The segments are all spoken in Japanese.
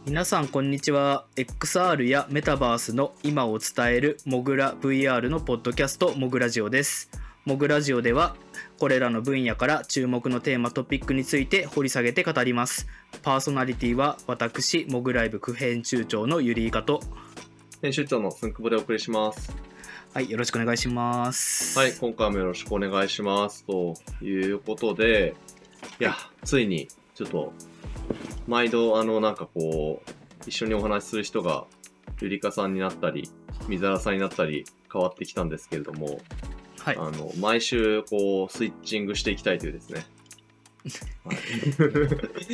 皆さんこんにちは。 XR やメタバースの今を伝えるモグラ VR のポッドキャストモグラジオです。モグラジオではこれらの分野から注目のテーマトピックについて掘り下げて語ります。パーソナリティは私モグライブ副編集長のゆりいかと編集長のすんくぼでお送りします。 はい、よろしくお願いします。 はい、今回もよろしくお願いしますということで、いや、ついにちょっと毎度なんかこう一緒にお話しする人がゆりかさんになったり水原さんになったり変わってきたんですけれども、 はい、 毎週こうスイッチングしていきたいというですね。はい、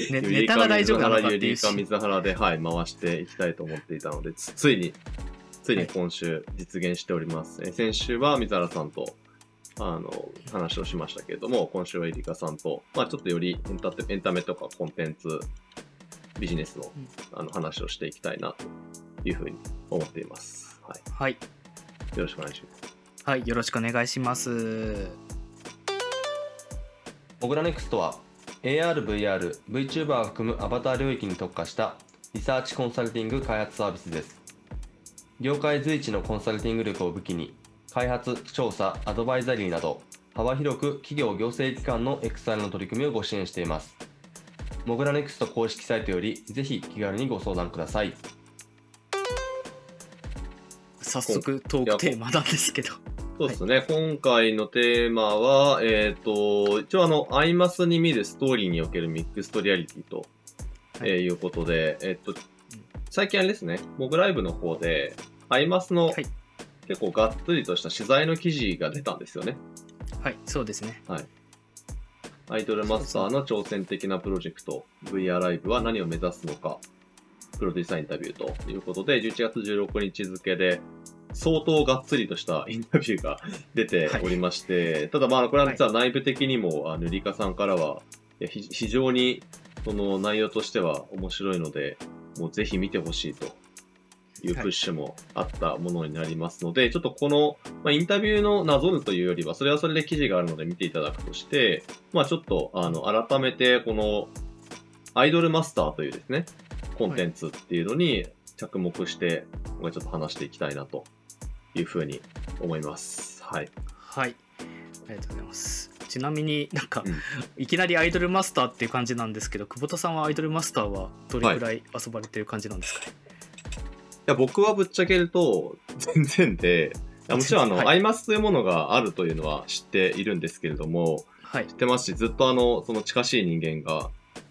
ネタが大丈夫なのかっていうゆりか水原で、はい、回していきたいと思っていたので、ついに今週実現しております。先週は水原さんと話をしましたけれども、今週はゆりかさんと、ちょっとよりエンタメとかコンテンツビジネスの、話をしていきたいなというふうに思っています。はい。 はい、 よろしくお願いします。 はい、よろしくお願いします。 モグラネクストは AR、VR、VTuber を含むアバター領域に特化したリサーチコンサルティング開発サービスです。業界随一のコンサルティング力を武器に開発、調査、アドバイザリーなど幅広く企業行政機関の XR の取り組みをご支援しています。モグラネクスト公式サイトよりぜひ気軽にご相談ください。 早速トークテーマなんですけど、 そうですね、はい、今回のテーマは、一応アイマスに見るストーリーにおけるミックストリアリティと、いうことで、最近あれですね、モグライブの方で、アイマスの結構がっつりとした取材の記事が出たんですよね。 はい、そうですね。 はい。アイドルマスターの挑戦的なプロジェクト、VR ライブは何を目指すのか、プロデューサーインタビューということで、11月16日付で、相当がっつりとしたインタビューが出ておりまして、はい、ただこれは実は内部的にも、リカさんからは、非常にその内容としては面白いので、もうぜひ見てほしいというプッシュもあったものになりますので、はい、ちょっとこの、インタビューのなぞるというよりは、それはそれで記事があるので見ていただくとして、ちょっと改めてこのアイドルマスターというですね、コンテンツっていうのに着目して、ちょっと話していきたいなというふうに思います。はい。 はい。ありがとうございます。ちなみにいきなりアイドルマスターっていう感じなんですけど、久保田さんはアイドルマスターはどれくらい遊ばれてる感じなんですかね。 いや、僕はぶっちゃけると全然で、もちろんアイマスというものがあるというのは知っているんですけれども、はい、知ってますし、ずっとその近しい人間が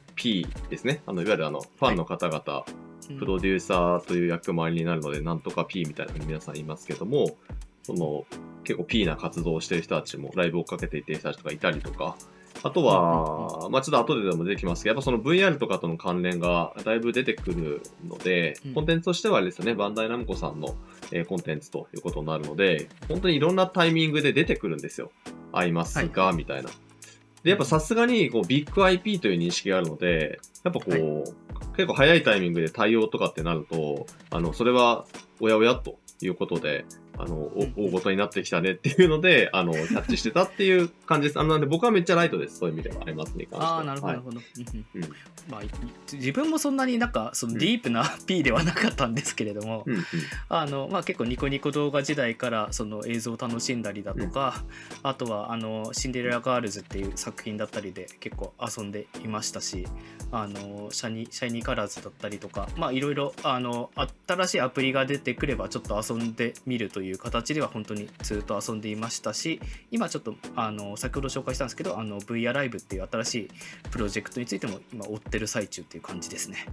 P ですね、いわゆるファンの方々、はい、プロデューサーという役回りになるので、なんとか P みたいなふうに皆さん言いますけども、その結構 P な活動をしている人たちもライブをかけていてる人たちとかいたりとか、あとは、ちょっと後ででも出てきますけど、やっぱその VR とかとの関連がだいぶ出てくるので、コンテンツとしてはですね、バンダイナムコさんのコンテンツということになるので、本当にいろんなタイミングで出てくるんですよ。アイマスが、みたいな。で、やっぱさすがにこうビッグ IP という認識があるので、やっぱこう、結構早いタイミングで対応とかってなると、それはおやおやということで、大ごとになってきたねっていうので、キャッチしてたっていう感じです。なので僕はめっちゃライトです。そういう意味ではありますに関しては。 なるほど、なるほど。自分もそんなにそのディープな P ではなかったんですけれども、結構ニコニコ動画時代からその映像を楽しんだりだとか、あとはシンデレラガールズっていう作品だったりで結構遊んでいましたし、シャイニーカラーズだったりとか、いろいろ新しいアプリが出てくればちょっと遊んでみるという形では本当にずっと遊んでいましたし、今ちょっと先ほど紹介したんですけどVR ライブっていう新しいプロジェクトについても今追ってる最中っていう感じですね。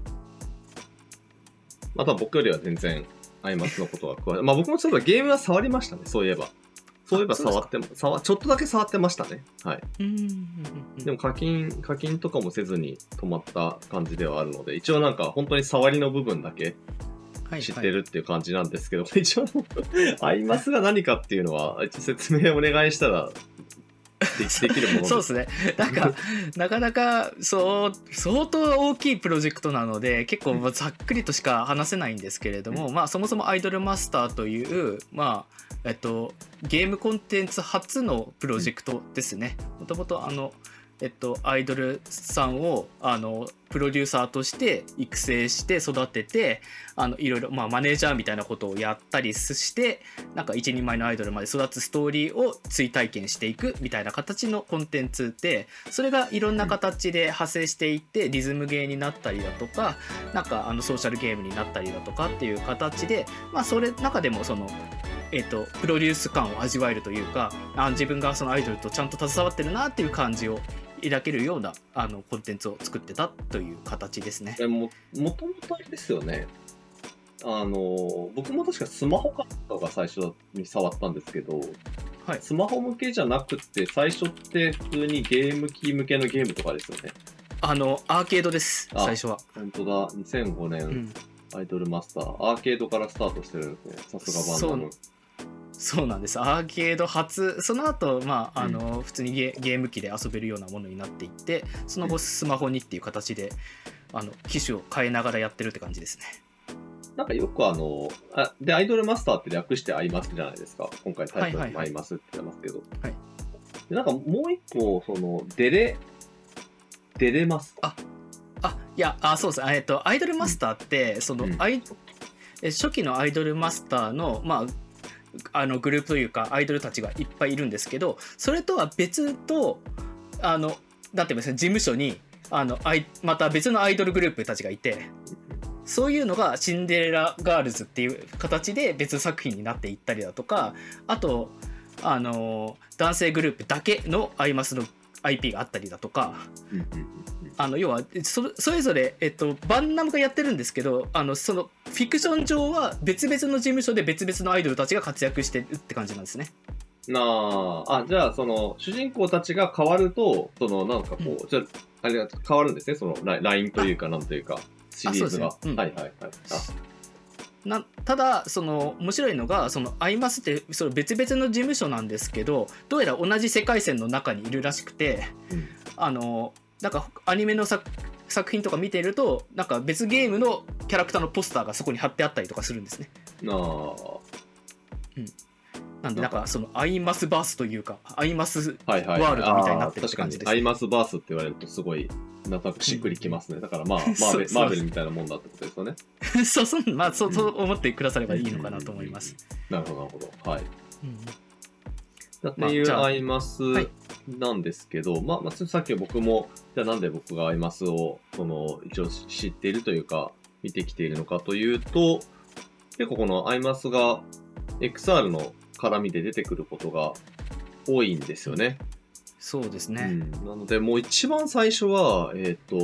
また僕よりは全然アイマスのことは詳しい。僕もちょっとゲームは触りましたね。そういえば触ってもちょっとだけ触ってましたね。はい。でも課金とかもせずに止まった感じではあるので、一応本当に触りの部分だけ知ってるっていう感じなんですけど、一応アイマスが何かっていうのは一応説明お願いしたらできるものそうですね。なかなか相当大きいプロジェクトなので結構ざっくりとしか話せないんですけれども、そもそもアイドルマスターというゲームコンテンツ初のプロジェクトですね。もともとアイドルさんをプロデューサーとして育成して育てていろいろ、マネージャーみたいなことをやったりしてなんか一人前のアイドルまで育つストーリーを追体験していくみたいな形のコンテンツで、それがいろんな形で派生していってリズムゲーになったりだとかなんかソーシャルゲームになったりだとかっていう形で、それ中でもそのプロデュース感を味わえるというか自分がそのアイドルとちゃんと携わってるなっていう感じを抱けるようなコンテンツを作ってたという形ですね。 もともとあれですよね。僕も確かスマホかが最初に触ったんですけど、はい、スマホ向けじゃなくて最初って普通にゲーム機向けのゲームとかですよね。 アーケードです最初は。 本当だ、2005年、アイドルマスターアーケードからスタートしてるんですね。さすがバンダム。 そうなんです。アーケード初、その後、普通にゲーム機で遊べるようなものになっていってその後スマホにっていう形で機種を変えながらやってるって感じですね。 なんかよくでアイドルマスターって略してアイマスじゃないですか。今回タイトルもアイマスって言ってますけど、はい、でなんかもう一個そのデレマスそうです。アイドルマスターって、その初期のアイドルマスターのグループというかアイドルたちがいっぱいいるんですけど、それとは別となんて言いますか、事務所にまた別のアイドルグループたちがいて、そういうのがシンデレラガールズっていう形で別作品になっていったりだとか、あと男性グループだけのアイマスの IP があったりだとか、要はそれぞれ、バンナムがやってるんですけどそのフィクション上は別々の事務所で別々のアイドルたちが活躍してるって感じなんですね。 じゃあその主人公たちが変わるとそのなんかこう、じゃあれが変わるんですね。そのラインというかなんというかシリーズが。はいはいはい。 ただその面白いのがそのアイマスってその別々の事務所なんですけど、どうやら同じ世界線の中にいるらしくて、なんかアニメの作品とか見てるとなんか別ゲームのキャラクターのポスターがそこに貼ってあったりとかするんですね。なんでなんかそのアイマスバースというかアイマスワールドみたいになってるって感じです、ね。 アイマスバースって言われるとすごいなんとなくしっくりきますね。だからマーベルみたいなもんだってことですよね。 そう思ってくださればいいのかなと思います。 なるほどなるほど。はい。っていうアイマスなんですけど、さっき僕もじゃあなんで僕がアイマスを一応知っているというか見てきているのかというと、結構このアイマスが XR の絡みで出てくることが多いんですよね。 そうですね。 なのでもう一番最初は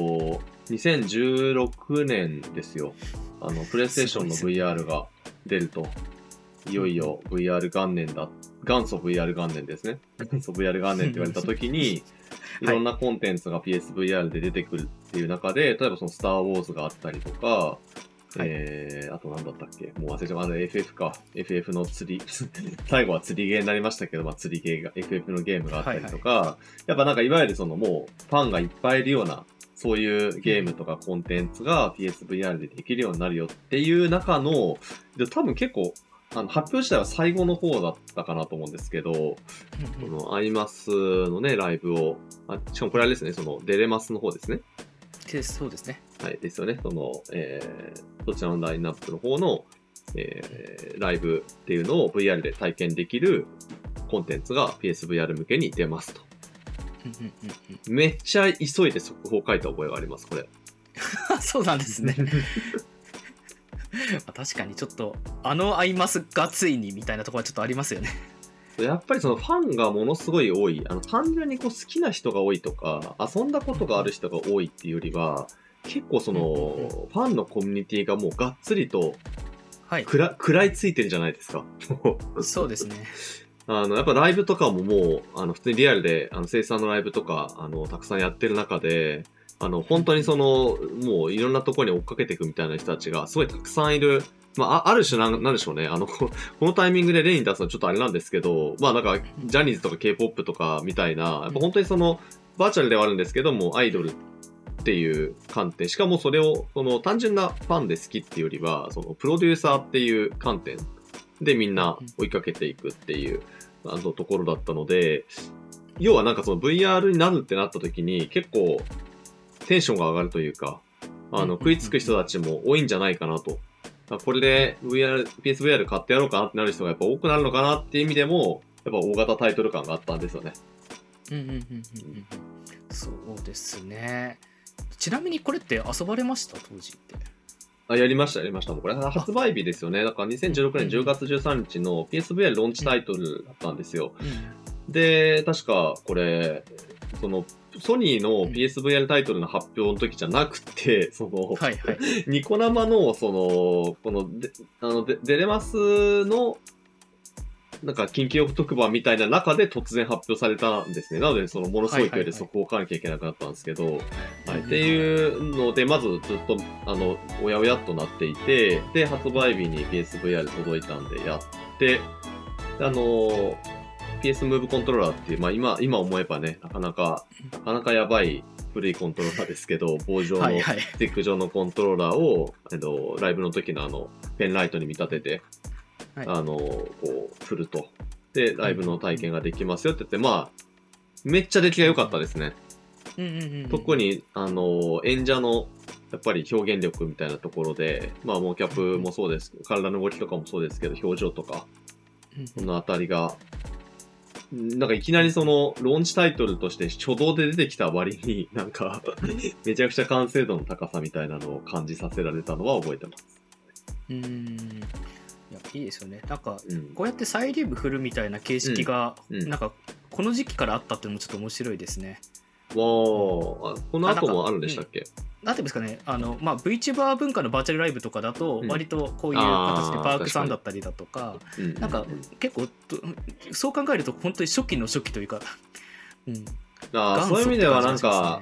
2016年ですよ。プレイステーションの VR が出ると、いよいよ VR 元年だ。元祖 VR 元年ですね。元祖 VR 元年って言われた時にいろんなコンテンツが PSVR で出てくるっていう中で、例えばそのスターウォーズがあったりとか、あと何だったっけ、もう忘れちゃった。FF か。FF の釣り最後は釣りゲーになりましたけど、釣りゲーが FF のゲームがあったりとか、やっぱなんかいわゆるそのもうファンがいっぱいいるようなそういうゲームとかコンテンツが PSVR でできるようになるよっていう中の、多分結構発表自体は最後の方だったかなと思うんですけど、このアイマスのねライブを、しかもこれあれですね、そのデレマスの方ですね。 そうですね。 はい、ですよね。その、どちらのラインナップの方の、ライブっていうのを VR で体験できるコンテンツが PSVR 向けに出ますと。めっちゃ急いで速報書いた覚えがあります、これ。 そうなんですね。確かにちょっとアイマスがついにみたいなところはちょっとありますよね。 やっぱりそのファンがものすごい多い、単純にこう好きな人が多いとか遊んだことがある人が多いっていうよりは、結構そのファンのコミュニティがもうがっつりと食らいついてるじゃないですか。 そうですね。 やっぱライブとかももう普通にリアルで生産のライブとかたくさんやってる中で、本当にもういろんなところに追っかけていくみたいな人たちがすごいたくさんいる。ある種なんでしょうね。このタイミングで例に出すのはちょっとあれなんですけど、なんか、ジャニーズとか K-POP とかみたいな、やっぱ本当にバーチャルではあるんですけども、アイドルっていう観点、しかもそれを、単純なファンで好きっていうよりは、プロデューサーっていう観点でみんな追いかけていくっていう、ところだったので、 要はなんかその VR になるってなった時に結構テンションが上がるというか、食いつく人たちも多いんじゃないかなと。これで PSVR 買ってやろうかなってなる人がやっぱ多くなるのかなっていう意味でも、やっぱ大型タイトル感があったんですよね。 そうですね。ちなみにこれって遊ばれました当時って？ やりました。もうこれ発売日ですよね。だから2016年10月13日の PSVR ローンチタイトルだったんですよ。で、確かこれ、その、ソニーの PSVR タイトルの発表の時じゃなくて、その、ニコ生の、その、この、デレマスの、なんか緊急特番みたいな中で突然発表されたんですね。なので、そのものすごい勢いで速報を書かなきゃいけなくなったんですけど、っていうので、まずずっと、おやおやっとなっていて、で、発売日に PSVR 届いたんでやって、PS ムーブコントローラーっていう、今思えばね、なかなかやばい古いコントローラーですけど、棒状の、スティック状のコントローラーを、ライブの時のペンライトに見立てて、こう、振ると。で、ライブの体験ができますよって言って、めっちゃ出来が良かったですね。特に、演者の、やっぱり表現力みたいなところで、モーキャップもそうです、体の動きとかもそうですけど、表情とか、このあたりが、なんかいきなりその、ローンチタイトルとして初動で出てきた割に、なんか、めちゃくちゃ完成度の高さみたいなのを感じさせられたのは覚えてます。 いや、いいですよね。なんか、こうやってサイリウム振るみたいな形式が、なんか、この時期からあったっていうのもちょっと面白いですね。 この後もあるんでしたっけ？ なんていうんですかね、VTuber 文化のバーチャルライブとかだと、割とこういう形でパークさんだったりだとか、なんか結構、そう考えると本当に初期の初期というか、 そういう意味ではなんか、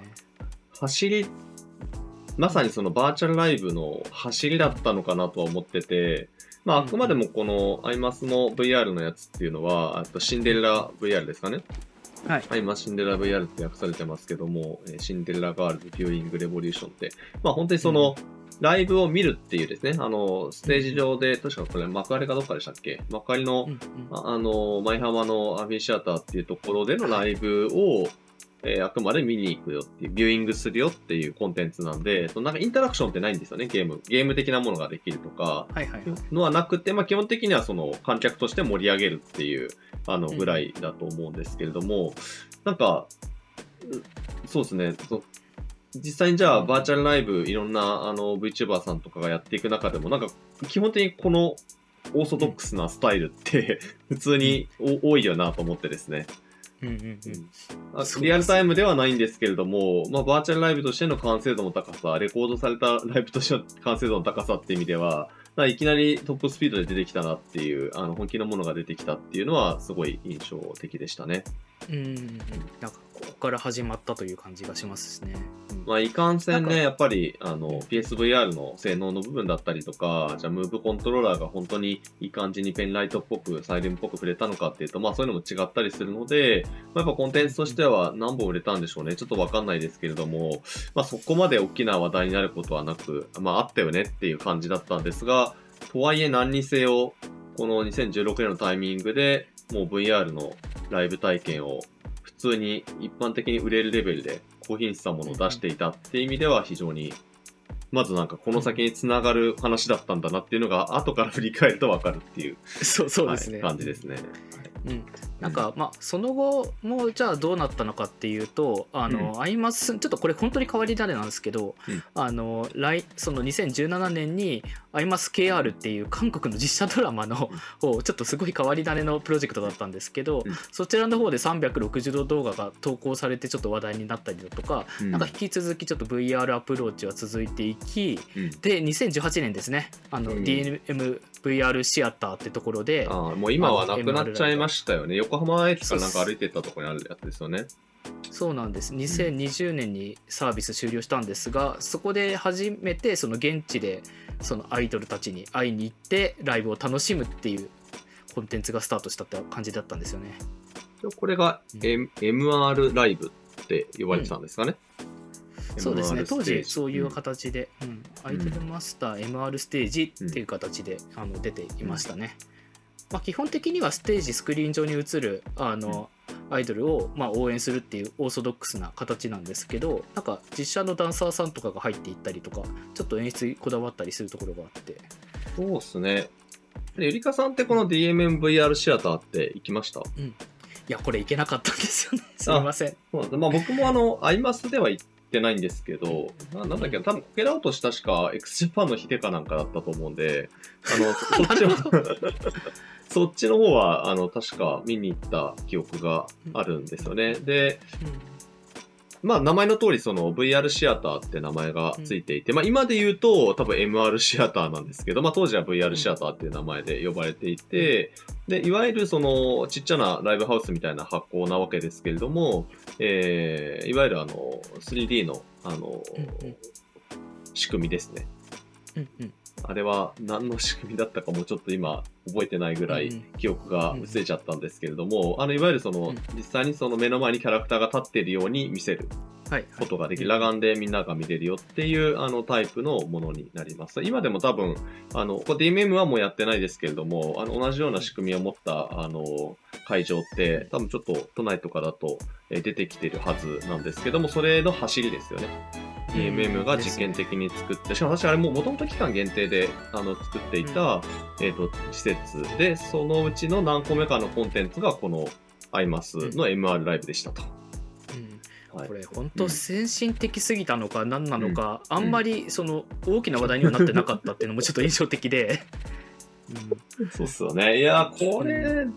まさにそのバーチャルライブの走りだったのかなとは思ってて、あくまでもこのアイマスの VR のやつっていうのは、シンデレラ VR ですかね。今、シンデレラ VR って訳されてますけども、シンデレラガールズビューイングレボリューションって、本当にその、ライブを見るっていうですね、ステージ上で、確かこれ幕張かどっかでしたっけ？幕張の、舞浜のアビーシアターっていうところでのライブを、あくまで見に行くよっていう、ビューイングするよっていうコンテンツなんで、なんかインタラクションってないんですよね、ゲーム的なものができるとか、のはなくて、基本的にはその観客として盛り上げるっていう、ぐらいだと思うんですけれども、なんか、そうですね、実際にじゃあバーチャルライブいろんなVTuber さんとかがやっていく中でも、なんか基本的にこのオーソドックスなスタイルって普通に多いよなと思ってですね。リアルタイムではないんですけれども、バーチャルライブとしての完成度の高さ、レコードされたライブとしての完成度の高さっていう意味では、いきなりトップスピードで出てきたなっていう、本気のものが出てきたっていうのはすごい印象的でしたね。 なんかここから始まったという感じがしますしね。 いかんせんね、やっぱりPSVR の性能の部分だったりとか、じゃあムーブコントローラーが本当にいい感じにペンライトっぽく、サイレンっぽく触れたのかっていうと、そういうのも違ったりするので、やっぱコンテンツとしては何本売れたんでしょうね。ちょっとわかんないですけれども、そこまで大きな話題になることはなく、あったよねっていう感じだったんですが、とはいえ何にせよ、この2016年のタイミングでもう VR のライブ体験を普通に一般的に売れるレベルで高品質なものを出していたっていう意味では非常に、まずなんかこの先につながる話だったんだなっていうのが後から振り返ると分かるっていうそうですね、 感じですね。 なんかその後もじゃあどうなったのかっていうとアイマスちょっとこれ本当に変わり種なんですけど、その2017年にアイマス KR っていう韓国の実写ドラマの方ちょっとすごい変わり種のプロジェクトだったんですけど、そちらの方で360度動画が投稿されてちょっと話題になったりだとか、なんか引き続きちょっと VR アプローチは続いていき、で2018年ですねDMVR シアターってところでもう今はなくなっちゃいましたよね。横浜駅からなんか歩いてったところにあるやつですよね。 そうなんです。2020年にサービス終了したんですが、そこで初めてその現地でそのアイドルたちに会いに行ってライブを楽しむっていうコンテンツがスタートしたって感じだったんですよね。 これが、MR ライブって呼ばれてたんですかね。 そうですね、当時そういう形で、アイドルマスター MR ステージっていう形で出ていましたね。基本的にはステージスクリーン上に映るアイドルをまあ応援するっていうオーソドックスな形なんですけど、なんか実写のダンサーさんとかが入っていったりとか、ちょっと演出にこだわったりするところがあって。 そうですね。ゆりかさんってこの DMMVR シアターって行きました？ うん。いや、これ行けなかったんですよね。すみません。 そうなんです。まあ僕もアイマスでは行ってないんですけど、なんだっけ、多分こけら落とし確か x ジャパンのヒデかなんかだったと思うんで、そっちのそっちの方は確か見に行った記憶があるんですよね。で、まあ名前の通りその VR シアターって名前がついていて、まあ今で言うと多分 MR シアターなんですけど、まあ当時は VR シアターっていう名前で呼ばれていて、で、いわゆるそのちっちゃなライブハウスみたいな発行なわけですけれども、いわゆる3D の仕組みですね。あれは何の仕組みだったかもちょっと今覚えてないぐらい記憶が薄れちゃったんですけれども、いわゆるその実際にその目の前にキャラクターが立っているように見せることができる、裸眼でみんなが見れるよっていうタイプのものになります。今でも多分DMM はもうやってないですけれども、同じような仕組みを持った会場って多分ちょっと都内とかだと出てきてるはずなんですけども、それの走りですよね。DMM が実験的に作って、しかも私あれもともと期間限定で作っていた、施設で、そのうちの何個目かのコンテンツがこのアイマスの MR ライブでしたと。 これ本当先進的すぎたのか何なのか、あんまりその大きな話題にはなってなかったっていうのもちょっと印象的でそうっすよね。いやこれ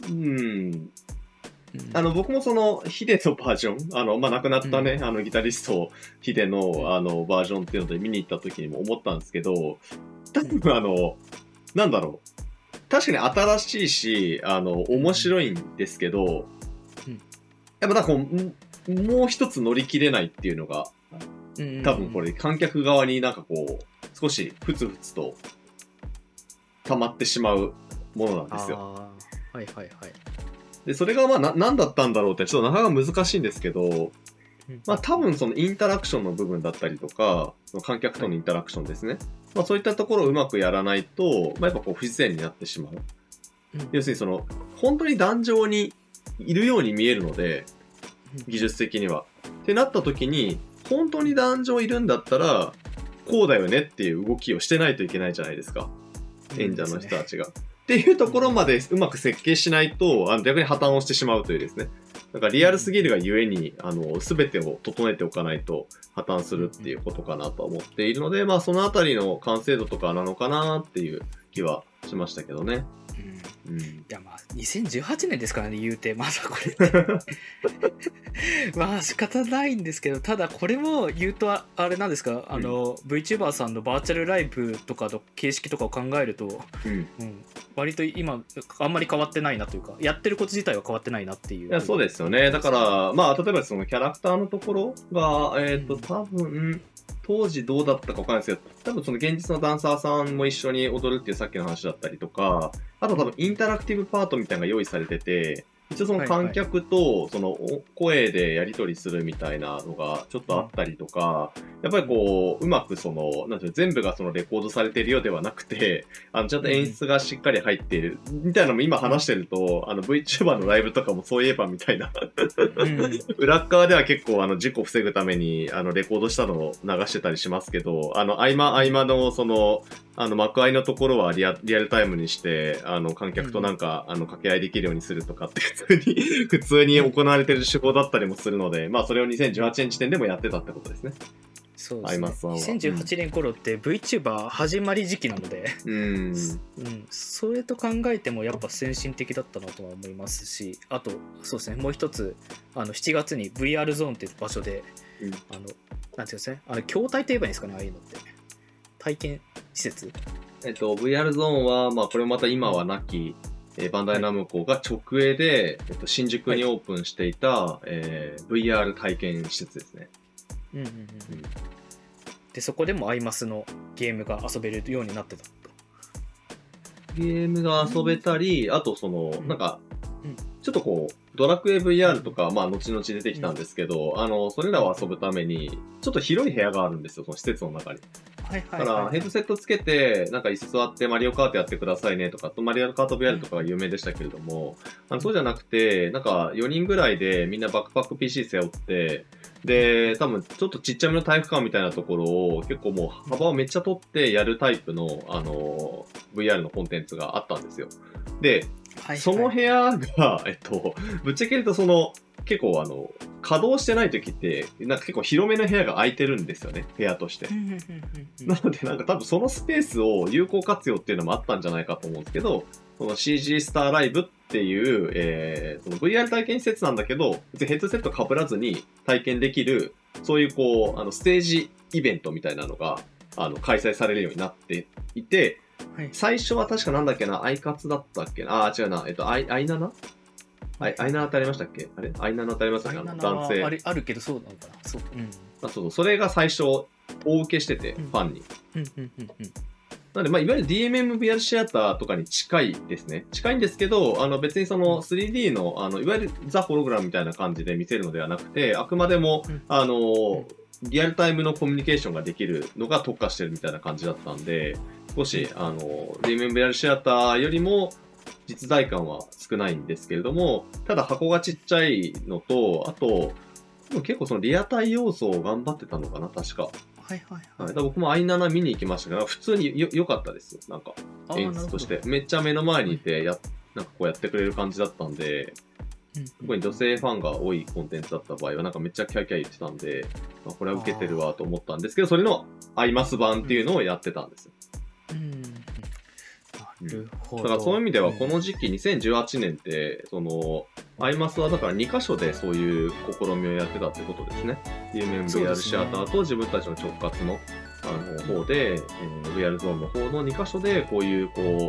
僕もそのヒデのバージョンまあ亡くなったね、ギタリストヒデのバージョンっていうので見に行った時にも思ったんですけど、多分なんだろう、確かに新しいし面白いんですけど、やっぱなんかもう一つ乗り切れないっていうのが多分これ観客側になんかこう少しふつふつと溜まってしまうものなんですよ。 はいはいはい。 でそれがまあ何だったんだろうってちょっとなかなか難しいんですけど、まあ多分そのインタラクションの部分だったりとか、観客とのインタラクションですね。まあそういったところをうまくやらないと、まあやっぱこう不自然になってしまう。要するにその本当に壇上にいるように見えるので、技術的には。ってなった時に、本当に壇上いるんだったら、こうだよねっていう動きをしてないといけないじゃないですか。演者の人たちが。っていうところまでうまく設計しないと逆に破綻をしてしまうというですね。なんかリアルすぎるがゆえに全てを整えておかないと破綻するっていうことかなと思っているので、まあそのあたりの完成度とかなのかなっていう気はしましたけどね。 いやまあ2018年ですからね、言うてまだこれってまあ仕方ないんですけど、ただこれも言うとあれなんですか、VTuber さんのバーチャルライブとかの形式とかを考えると、割と今あんまり変わってないなというか、やってること自体は変わってないなっていう。 いやそうですよね。だからまあ例えばそのキャラクターのところが多分当時どうだったか分かんないですけど、多分その現実のダンサーさんも一緒に踊るっていうさっきの話だったりとか、あと多分インタラクティブパートみたいなのが用意されてて、一応その観客とその声でやり取りするみたいなのがちょっとあったりとか、やっぱりこううまくそのなんていう全部がそのレコードされているようではなくて、ちゃんと演出がしっかり入っているみたいなのも今話してると、VTuber のライブとかもそういえばみたいな裏側では結構事故を防ぐためにレコードしたのを流してたりしますけど、合間のその幕間のところはリアルタイムにして観客となんか掛け合いできるようにするとかって普通に行われている手法だったりもするので、まあそれを2018年時点でもやってたってことですね。 そうですね。2018年頃って VTuber 始まり時期なのでそれと考えてもやっぱ先進的だったなとは思いますし、あとそうですね、もう一つ7月に VR ゾーンっていう場所で、なんていうんですね、筐体といえばいいんですかね、ああいうのって体験施設。 VR ゾーンはまあこれまた今はなきバンダイナムコが直営で、新宿にオープンしていた、VR 体験施設ですね。 でそこでもアイマスのゲームが遊べるようになってたと。 ゲームが遊べたり、あとそのなんかちょっとこうドラクエ VR とか、まあ、後々出てきたんですけど、それらを遊ぶために、ちょっと広い部屋があるんですよ、その施設の中に。だから、ヘッドセットつけて、なんか椅子座ってマリオカートやってくださいねとか、マリオカート VR とかが有名でしたけれども、そうじゃなくて、なんか4人ぐらいでみんなバックパック PC 背負って、で、多分ちょっとちっちゃめの体育館みたいなところを結構もう幅をめっちゃ取ってやるタイプの、VR のコンテンツがあったんですよ。で、その部屋が、ぶっちゃけると結構稼働してない時って、なんか結構広めの部屋が空いてるんですよね、部屋として。なのでなんか多分そのスペースを有効活用っていうのもあったんじゃないかと思うんですけど、その CG スターライブっていう、その VR 体験施設なんだけど、別にヘッドセット被らずに体験できる、そういうステージイベントみたいなのが、開催されるようになっていて、最初は確かなんだっけな、アイカツだったっけな、違うな、アイナナアイナナってありましたっけ？あれアイナナってありましたっけ？男性。 あるけどそうなのかな。そう。 そう、それが最初、大受けしてて、ファンに。なので、まあ、いわゆる DMM-VR シアターとかに近いですね。近いんですけど、別にその 3D の、いわゆるザ・ホログラムみたいな感じで見せるのではなくて、あくまでも、リアルタイムのコミュニケーションができるのが特化してるみたいな感じだったんで、少し、DMM-VR シアターよりも、実在感は少ないんですけれども、ただ箱がちっちゃいのと、あと、結構そのリアタイ要素を頑張ってたのかな、確か。僕もアイナナ見に行きましたけど、普通に良かったですよ。なんか、演出として。めっちゃ目の前にいて、なんかこうやってくれる感じだったんで、特に女性ファンが多いコンテンツだった場合は、なんかめっちゃキャーキャー言ってたんで、まあ、これは受けてるわと思ったんですけど、それのアイマス版っていうのをやってたんですよ。だからそういう意味ではこの時期2018年ってアイマスはだから2カ所でそういう試みをやってたってことですね。DMM-VR シアターと自分たちの直轄の方で、VR ゾーンの方の2カ所でこういう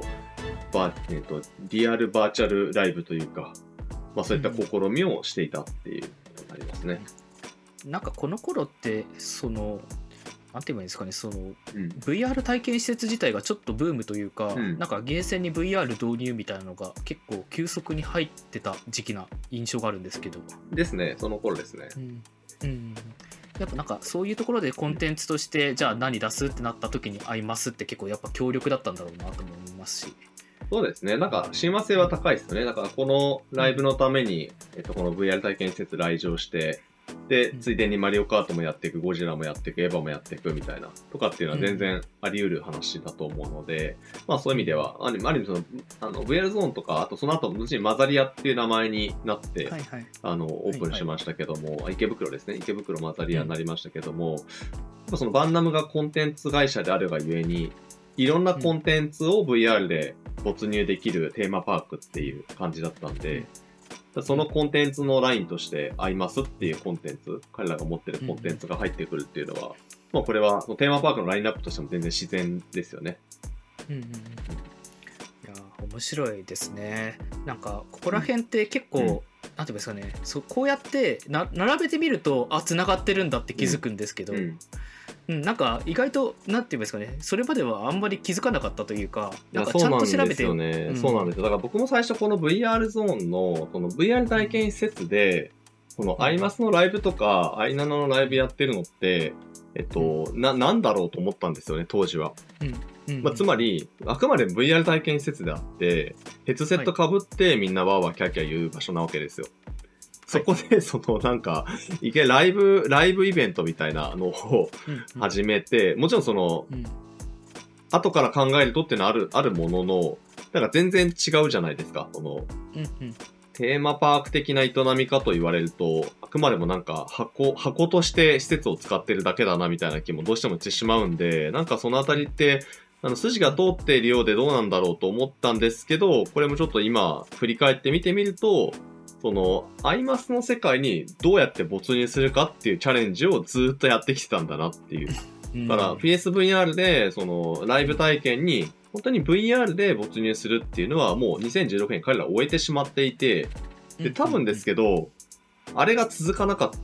リアルバーチャルライブというか、まあそういった試みをしていたっていうことになりますね。 なんかこの頃ってなんて言えばいいんですかね、VR 体験施設自体がちょっとブームというか、なんかゲーセンに VR 導入みたいなのが結構急速に入ってた時期な印象があるんですけど。 ですね、その頃ですね。 やっぱなんかそういうところでコンテンツとしてじゃあ何出すってなった時に合いますって結構やっぱ強力だったんだろうなと思いますし。 そうですね。なんか親和性は高いですよね。だからこのライブのために、この VR 体験施設来場して、で、ついでにマリオカートもやっていく、ゴジラもやっていく、エヴァもやっていくみたいな、とかっていうのは全然あり得る話だと思うので、まあそういう意味では、ある意味VR ゾーンとか、あとその後、後にマザリアっていう名前になって、オープンしましたけども、池袋ですね。池袋マザリアになりましたけども、そのバンナムがコンテンツ会社であるがゆえに、いろんなコンテンツを VR で没入できるテーマパークっていう感じだったんで、そのコンテンツのラインとしてアイマスっていうコンテンツ、彼らが持ってるコンテンツが入ってくるっていうのは、まあこれはテーマパークのラインナップとしても全然自然ですよね。 いや面白いですね。なんかここら辺って結構、なんていうんですかね、こうやって並べてみると繋がってるんだって気づくんですけど、なんか意外となんていうんですかね、それまではあんまり気づかなかったというか、なんかちゃんと調べて。 そうなんですよね。そうなんですよ。だから僕も最初この VR ゾーンのこの VR 体験施設でこのアイマスのライブとかアイナナのライブやってるのってなんだろうと思ったんですよね、当時は。つまりあくまで VR 体験施設であってヘッドセットかぶってみんなワーワーキャーキャー言う場所なわけですよ。そこでなんかライブイベントみたいなのを始めて、もちろん後から考えるとっていうのはあるものの、なんか全然違うじゃないですか。テーマパーク的な営みかと言われると、あくまでもなんか箱として施設を使ってるだけだなみたいな気もどうしてもしてしまうんで、なんかそのあたりって筋が通っているようでどうなんだろうと思ったんですけど、これもちょっと今振り返って見てみると、アイマスの世界にどうやって没入するかっていうチャレンジをずっとやってきてたんだなっていう。だから PSVR でライブ体験に本当に VR で没入するっていうのはもう2016年彼ら終えてしまっていて、で多分ですけどあれが続かなかった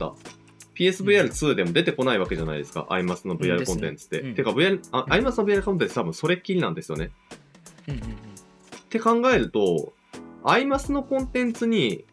。PSVR2 でも出てこないわけじゃないですか、アイマスの VR コンテンツって。てかアイマスの VR コンテンツ多分それっきりなんですよね。って考えるとアイマスのコンテンツに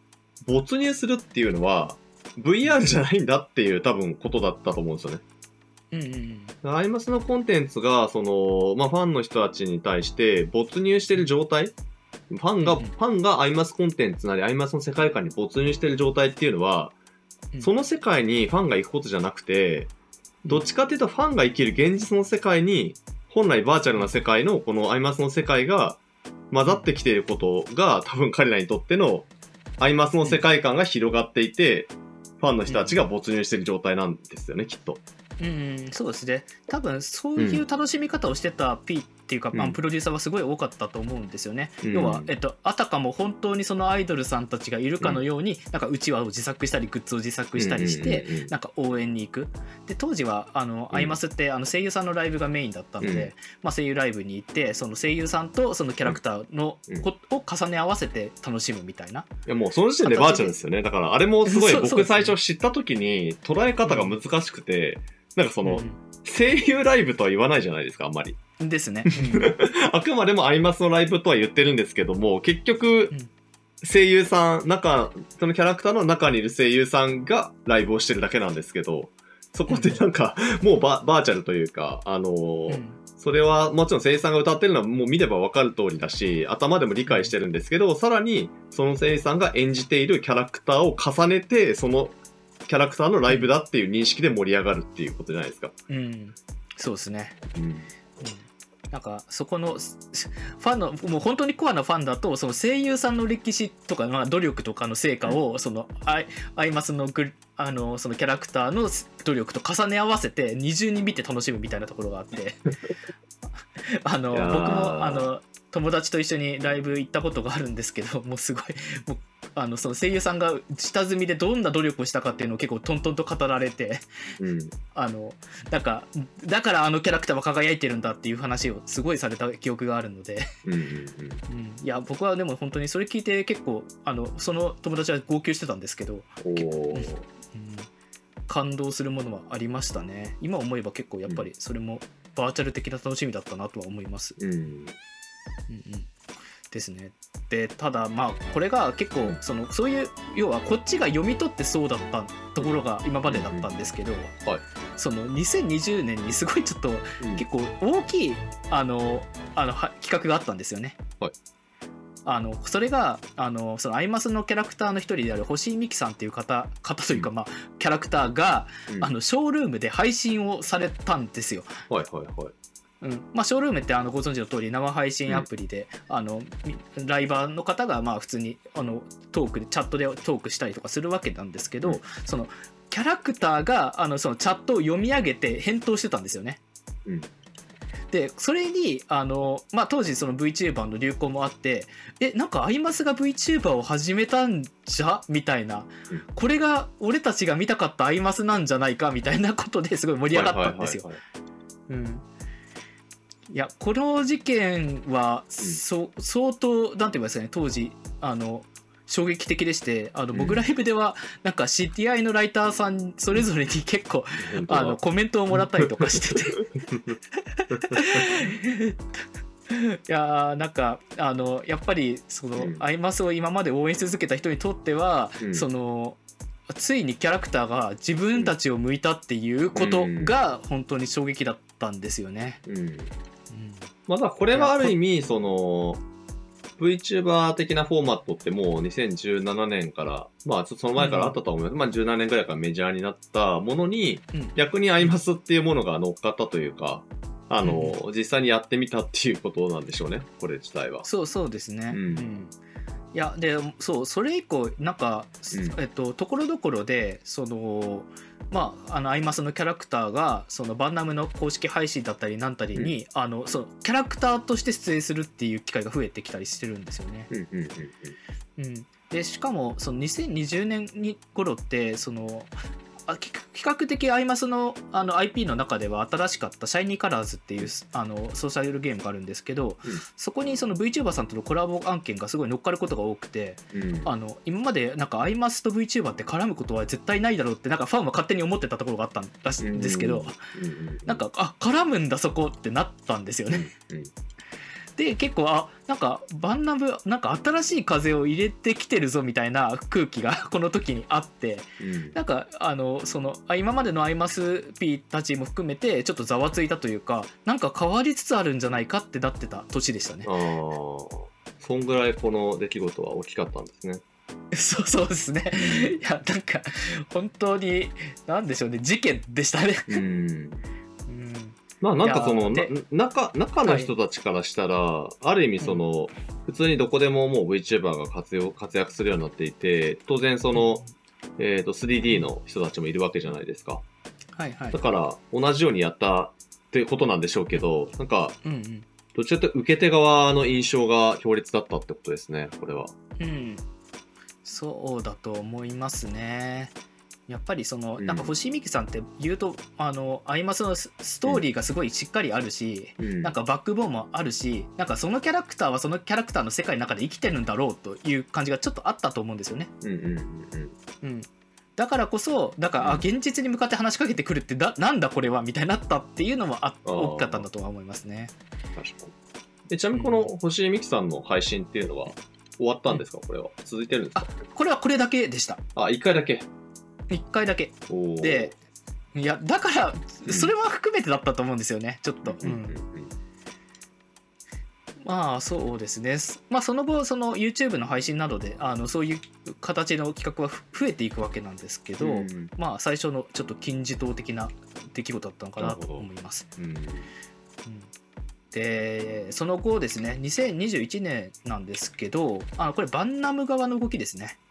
没入するっていうのは VR じゃないんだっていう多分ことだったと思うんですよね。アイマスのコンテンツがその、ファンの人たちに対して没入してる状態、ファンがアイマスコンテンツなりアイマスの世界観に没入してる状態っていうのは、その世界にファンが行くことじゃなくて、どっちかっていうとファンが生きる現実の世界に本来バーチャルな世界のこのアイマスの世界が混ざってきていることが多分彼らにとってのアイマスの世界観が広がっていて、ファンの人たちが没入している状態なんですよね、きっと。 そうですね。多分そういう楽しみ方をしてた P っていうか、プロデューサーはすごい多かったと思うんですよね。要は、あたかも本当にそのアイドルさんたちがいるかのように、なんかうちわを自作したりグッズを自作したりして、なんか応援に行く。で当時はアイマスって声優さんのライブがメインだったので、声優ライブに行ってその声優さんとそのキャラクターのを重ね合わせて楽しむみたいな。 いやもうその時点でバーチャルですよね。だからあれもすごい僕最初知った時に捉え方が難しくて。なんかその、声優ライブとは言わないじゃないですか、あんまり。 ですね。 あくまでもアイマスのライブとは言ってるんですけども、結局、声優さん、そのキャラクターの中にいる声優さんがライブをしてるだけなんですけど、そこでなんか、もうバーチャルというか、それはもちろん声優さんが歌ってるのはもう見れば分かる通りだし、頭でも理解してるんですけど、さらにその声優さんが演じているキャラクターを重ねて、そのキャラクターのライブだっていう認識で盛り上がるっていうことじゃないですか。 そうですね。なんかそこのファンのもう本当にコアなファンだとその声優さんの歴史とか、努力とかの成果をそのアイマスのそのキャラクターの努力と重ね合わせて二重に見て楽しむみたいなところがあって僕も友達と一緒にライブ行ったことがあるんですけど、もうすごいもうその声優さんが下積みでどんな努力をしたかっていうのを結構トントンと語られて、だからあのキャラクターは輝いてるんだっていう話をすごいされた記憶があるのでいや僕はでも本当にそれ聞いて結構その友達は号泣してたんですけど、結構、感動するものはありましたね。今思えば結構やっぱりそれもバーチャル的な楽しみだったなとは思います。ですね。でただこれが結構そういう要はこっちが読み取ってそうだったところが今までだったんですけど、その2020年にすごいちょっと結構大きい企画があったんですよね。それがそのアイマスのキャラクターの一人である星井美紀さんっていう方というか、キャラクターが、ショールームで配信をされたんですよ。ショールームってご存知の通り生配信アプリで、ライバーの方が普通にトークでチャットでトークしたりとかするわけなんですけど、そのキャラクターがそのチャットを読み上げて返答してたんですよね。でそれに当時その VTuber の流行もあって、なんかアイマスが VTuber を始めたんじゃみたいな、これが俺たちが見たかったアイマスなんじゃないかみたいなことですごい盛り上がったんですよ。いやこの事件は相当なんて言いますかね、当時衝撃的でして、僕ライブではなんか CTI のライターさんそれぞれに結構コメントをもらったりとかしてていやなんかやっぱりそのアイマスを今まで応援し続けた人にとっては、そのついにキャラクターが自分たちを向いたっていうことが本当に衝撃だったんですよね。 だこれはある意味そのVTuber 的なフォーマットってもう2017年からその前からあったと思います。17年ぐらいからメジャーになったものに、逆にアイマスっていうものが乗っかったというか、実際にやってみたっていうことなんでしょうね、これ自体は。 そうですね。いやでそれ以降なんか、ところどころでそのアイマスのキャラクターがそのバンナムの公式配信だったりなんたりに、そのキャラクターとして出演するっていう機会が増えてきたりしてるんですよね。でしかもその2020年頃ってその比較的アイマスのIP の中では新しかったシャイニーカラーズっていうソーシャルゲームがあるんですけど、そこにその VTuber さんとのコラボ案件がすごい乗っかることが多くて、今までなんかアイマスと VTuber って絡むことは絶対ないだろうってなんかファンは勝手に思ってたところがあったらしいんですけど、なんか絡むんだそこってなったんですよね。 で結構なんかバンナムなんか新しい風を入れてきてるぞみたいな空気がこの時にあって、なんかその今までのアイマス P たちも含めてちょっとざわついたというか、なんか変わりつつあるんじゃないかってなってた年でしたね。 そんぐらいこの出来事は大きかったんですね。 そうですね。いやなんか本当になんでしょうね、事件でしたね。 まあなんかその中の人たちからしたら、ある意味その、普通にどこでももう VTuber が活躍するようになっていて、当然その、3D の人たちもいるわけじゃないですか。だから同じようにやったってことなんでしょうけど、なんか、どちらかというと受け手側の印象が強烈だったってことですね、これは。 そうだと思いますね。やっぱりそのなんか星井美紀さんって言うとアイマスのストーリーがすごいしっかりあるし、なんかバックボーンもあるし、なんかそのキャラクターはそのキャラクターの世界の中で生きてるんだろうという感じがちょっとあったと思うんですよね。だからこそだから現実に向かって話しかけてくるってなんだこれはみたいになったっていうのも大きかったんだとは思いますね。 確かに。ちなみにこの星井美紀さんの配信っていうのは終わったんですか？これは続いてるんですか？ これはこれだけでした。 1回だけ。 1回だけで、いやだからそれは含めてだったと思うんですよね、ちょっと。まあそうですね。まあその後その YouTube の配信などでそういう形の企画は増えていくわけなんですけど、まあ最初のちょっと金字塔的な出来事だったのかなと思います。でその後ですね、2021年なんですけど、これバンナム側の動きですね。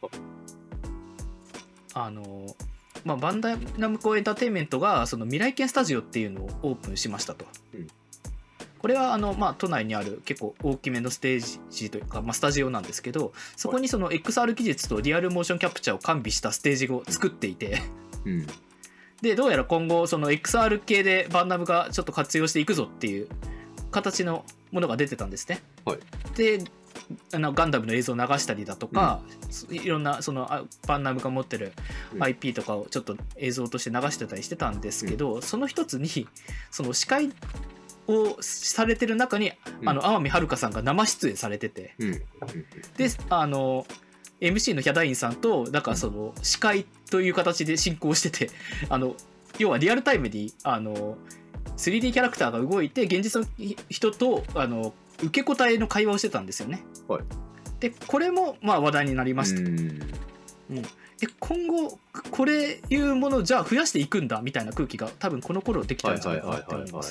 バンダイナムコエンターテインメントがその未来圏スタジオっていうのをオープンしましたと。これは都内にある結構大きめのステージというか、スタジオなんですけど、そこにその XR 技術とリアルモーションキャプチャーを完備したステージを作っていて、でどうやら今後その XR 系でバンナムがちょっと活用していくぞっていう形のものが出てたんですね。でガンダムの映像を流したりだとか、いろんなそのバンナムが持ってる IP とかをちょっと映像として流してたりしてたんですけど、その一つにその司会をされてる中に天海遥さんが生出演されてて、でMC のヒャダインさんとだからその司会という形で進行してて、要はリアルタイムに3D キャラクターが動いて現実の人と受け答えの会話をしてたんですよね。でこれも話題になりました。で今後これいうものをじゃあ増やしていくんだみたいな空気が多分この頃できたんじゃないかなって思います。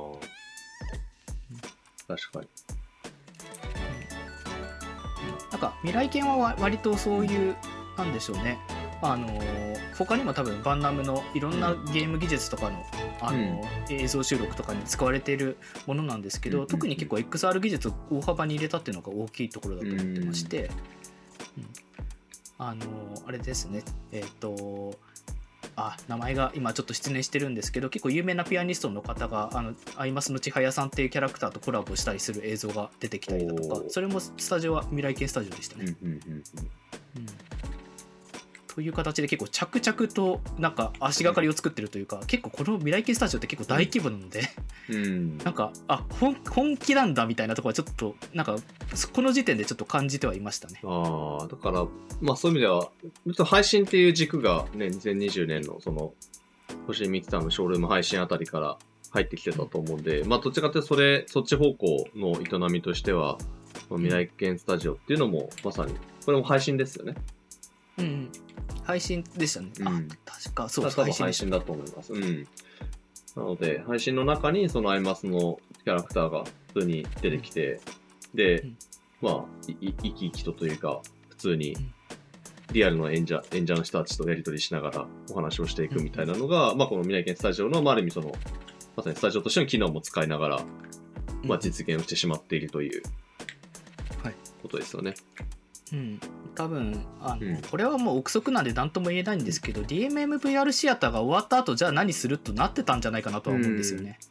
確かに。 なんか未来圏は割とそういうなんでしょうね。他にも多分バンナムのいろんなゲーム技術とかの、映像収録とかに使われているものなんですけど、特に結構 XR 技術を大幅に入れたっていうのが大きいところだと思ってまして、あれですね、名前が今ちょっと失念してるんですけど、結構有名なピアニストの方がアイマスの千早さんっていうキャラクターとコラボしたりする映像が出てきたりだとか、それもスタジオは未来系スタジオでしたね。という形で結構着々となんか足がかりを作ってるというか、結構この未来系スタジオって結構大規模なので、なんか本気なんだみたいなところはちょっとなんかこの時点でちょっと感じてはいましたね。 だからそういう意味では配信っていう軸がね、2020年のその星井美紀さんのショールーム配信あたりから入ってきてたと思うんで、どっちかというとそっち方向の営みとしては未来圏スタジオっていうのもまさにこれも配信ですよね。 配信でしたね。確かそうです。配信だと思います。なので配信の中にそのアイマスのキャラクターが普通に出てきて、で、生き生きというか普通にリアルの演者の人たちとやり取りしながらお話をしていくみたいなのが、この未来圏スタジオのある意味そのまさにスタジオとしての機能も使いながら、実現をしてしまっているということですよね。 多分これはもう憶測なんで何とも言えないんですけど、DMMVR シアターが終わった後じゃあ何するとなってたんじゃないかなとは思うんですよね。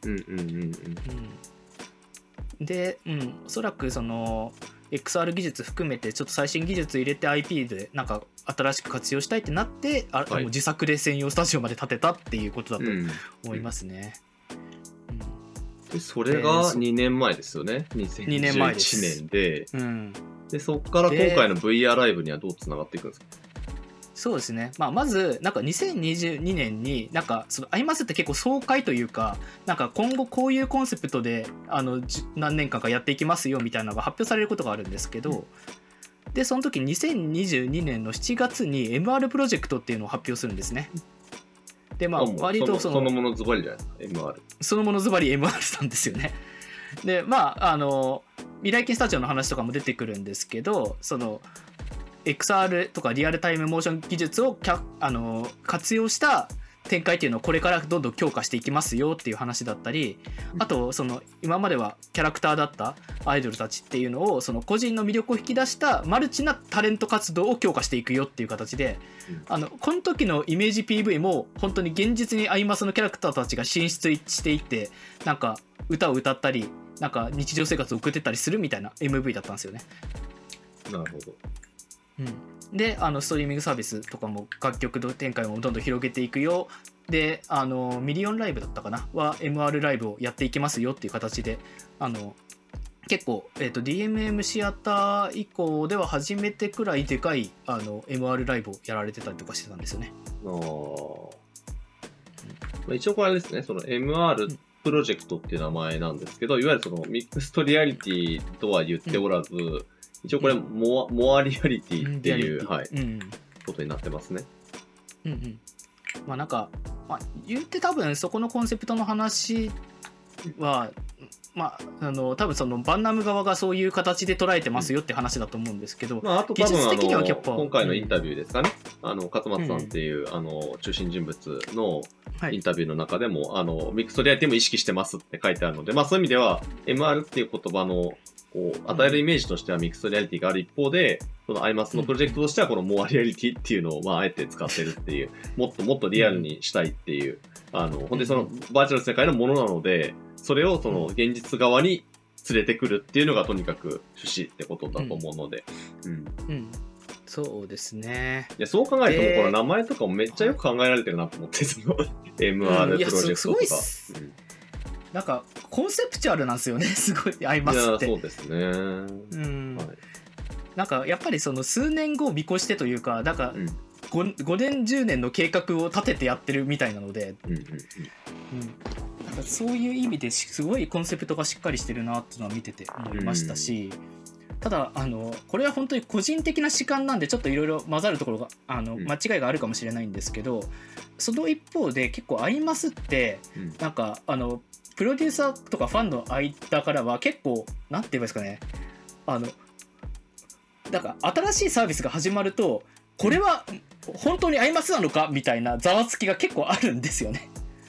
で、おそらくその XR 技術含めてちょっと最新技術入れて IP でなんか新しく活用したいってなってもう自作で専用スタジオまで建てたっていうことだと思いますね。 それが2年前ですよね。2021年で。でそこから今回の VR ライブにはどうつながっていくんですか？ そうですね、まずなんか2022年になんかそのアイマスって結構総会というか、なんか今後こういうコンセプトで何年間かやっていきますよみたいなのが発表されることがあるんですけど、でその時2022年の7月に MR プロジェクトっていうのを発表するんですね。で割とそのものズバリじゃないですか。 MR そのものズバリ MR なんですよね。で未来金スタジオの話とかも出てくるんですけど、そのXR とかリアルタイムモーション技術を活用した展開っていうのをこれからどんどん強化していきますよっていう話だったり、あとその今まではキャラクターだったアイドルたちっていうのをその個人の魅力を引き出したマルチなタレント活動を強化していくよっていう形で、この時のイメージ PV も本当に現実にアイマスのキャラクターたちが進出していって、なんか歌を歌ったりなんか日常生活を送ってたりするみたいな MV だったんですよね。 なるほど。 でストリーミングサービスとかも楽曲の展開もどんどん広げていくよ。でミリオンライブだったかなは MR ライブをやっていきますよっていう形で結構、DMM シアター以降では初めてくらいでかいMR ライブをやられてたりとかしてたんですよね。 一応これですね、その MR プロジェクトっていう名前なんですけど、いわゆるそのミックストリアリティとは言っておらず、一応これモアリアリティっていう、ことになってますね。 なんか、言って多分そこのコンセプトの話は多分そのバンナム側がそういう形で捉えてますよって話だと思うんですけど、 あと多分今回のインタビューですかね、勝松さんっていう、中心人物のインタビューの中でも、ミックストリアリティも意識してますって書いてあるので、そういう意味では MR っていう言葉の与えるイメージとしてはミックスリアリティがある一方で、そのアイマスのプロジェクトとしてはこのモアリアリティっていうのをあえて使ってるっていう、もっとリアルにしたいっていう、本当にそのバーチャル世界のものなので、それをその現実側に連れてくるっていうのがとにかく趣旨ってことだと思うので、 そうですね。 いやそう考えるとこの名前とかもめっちゃよく考えられてるなと思って、その MR プロジェクトとか。 なんかコンセプチュアルなんですよね、すごいアイマスって。 そうですね。 なんかやっぱりその数年後を見越してというか、なんか 5年10年の計画を立ててやってるみたいなので、なんかそういう意味ですごいコンセプトがしっかりしてるなっていうのは見てて思いましたし、ただこれは本当に個人的な主観なんでちょっといろいろ混ざるところが間違いがあるかもしれないんですけど、その一方で結構アイマスってなんかプロデューサーとかファンの間からは結構なんて言えばいいですかね、だから新しいサービスが始まるとこれは本当にアイマスなのかみたいなざわつきが結構あるんですよね。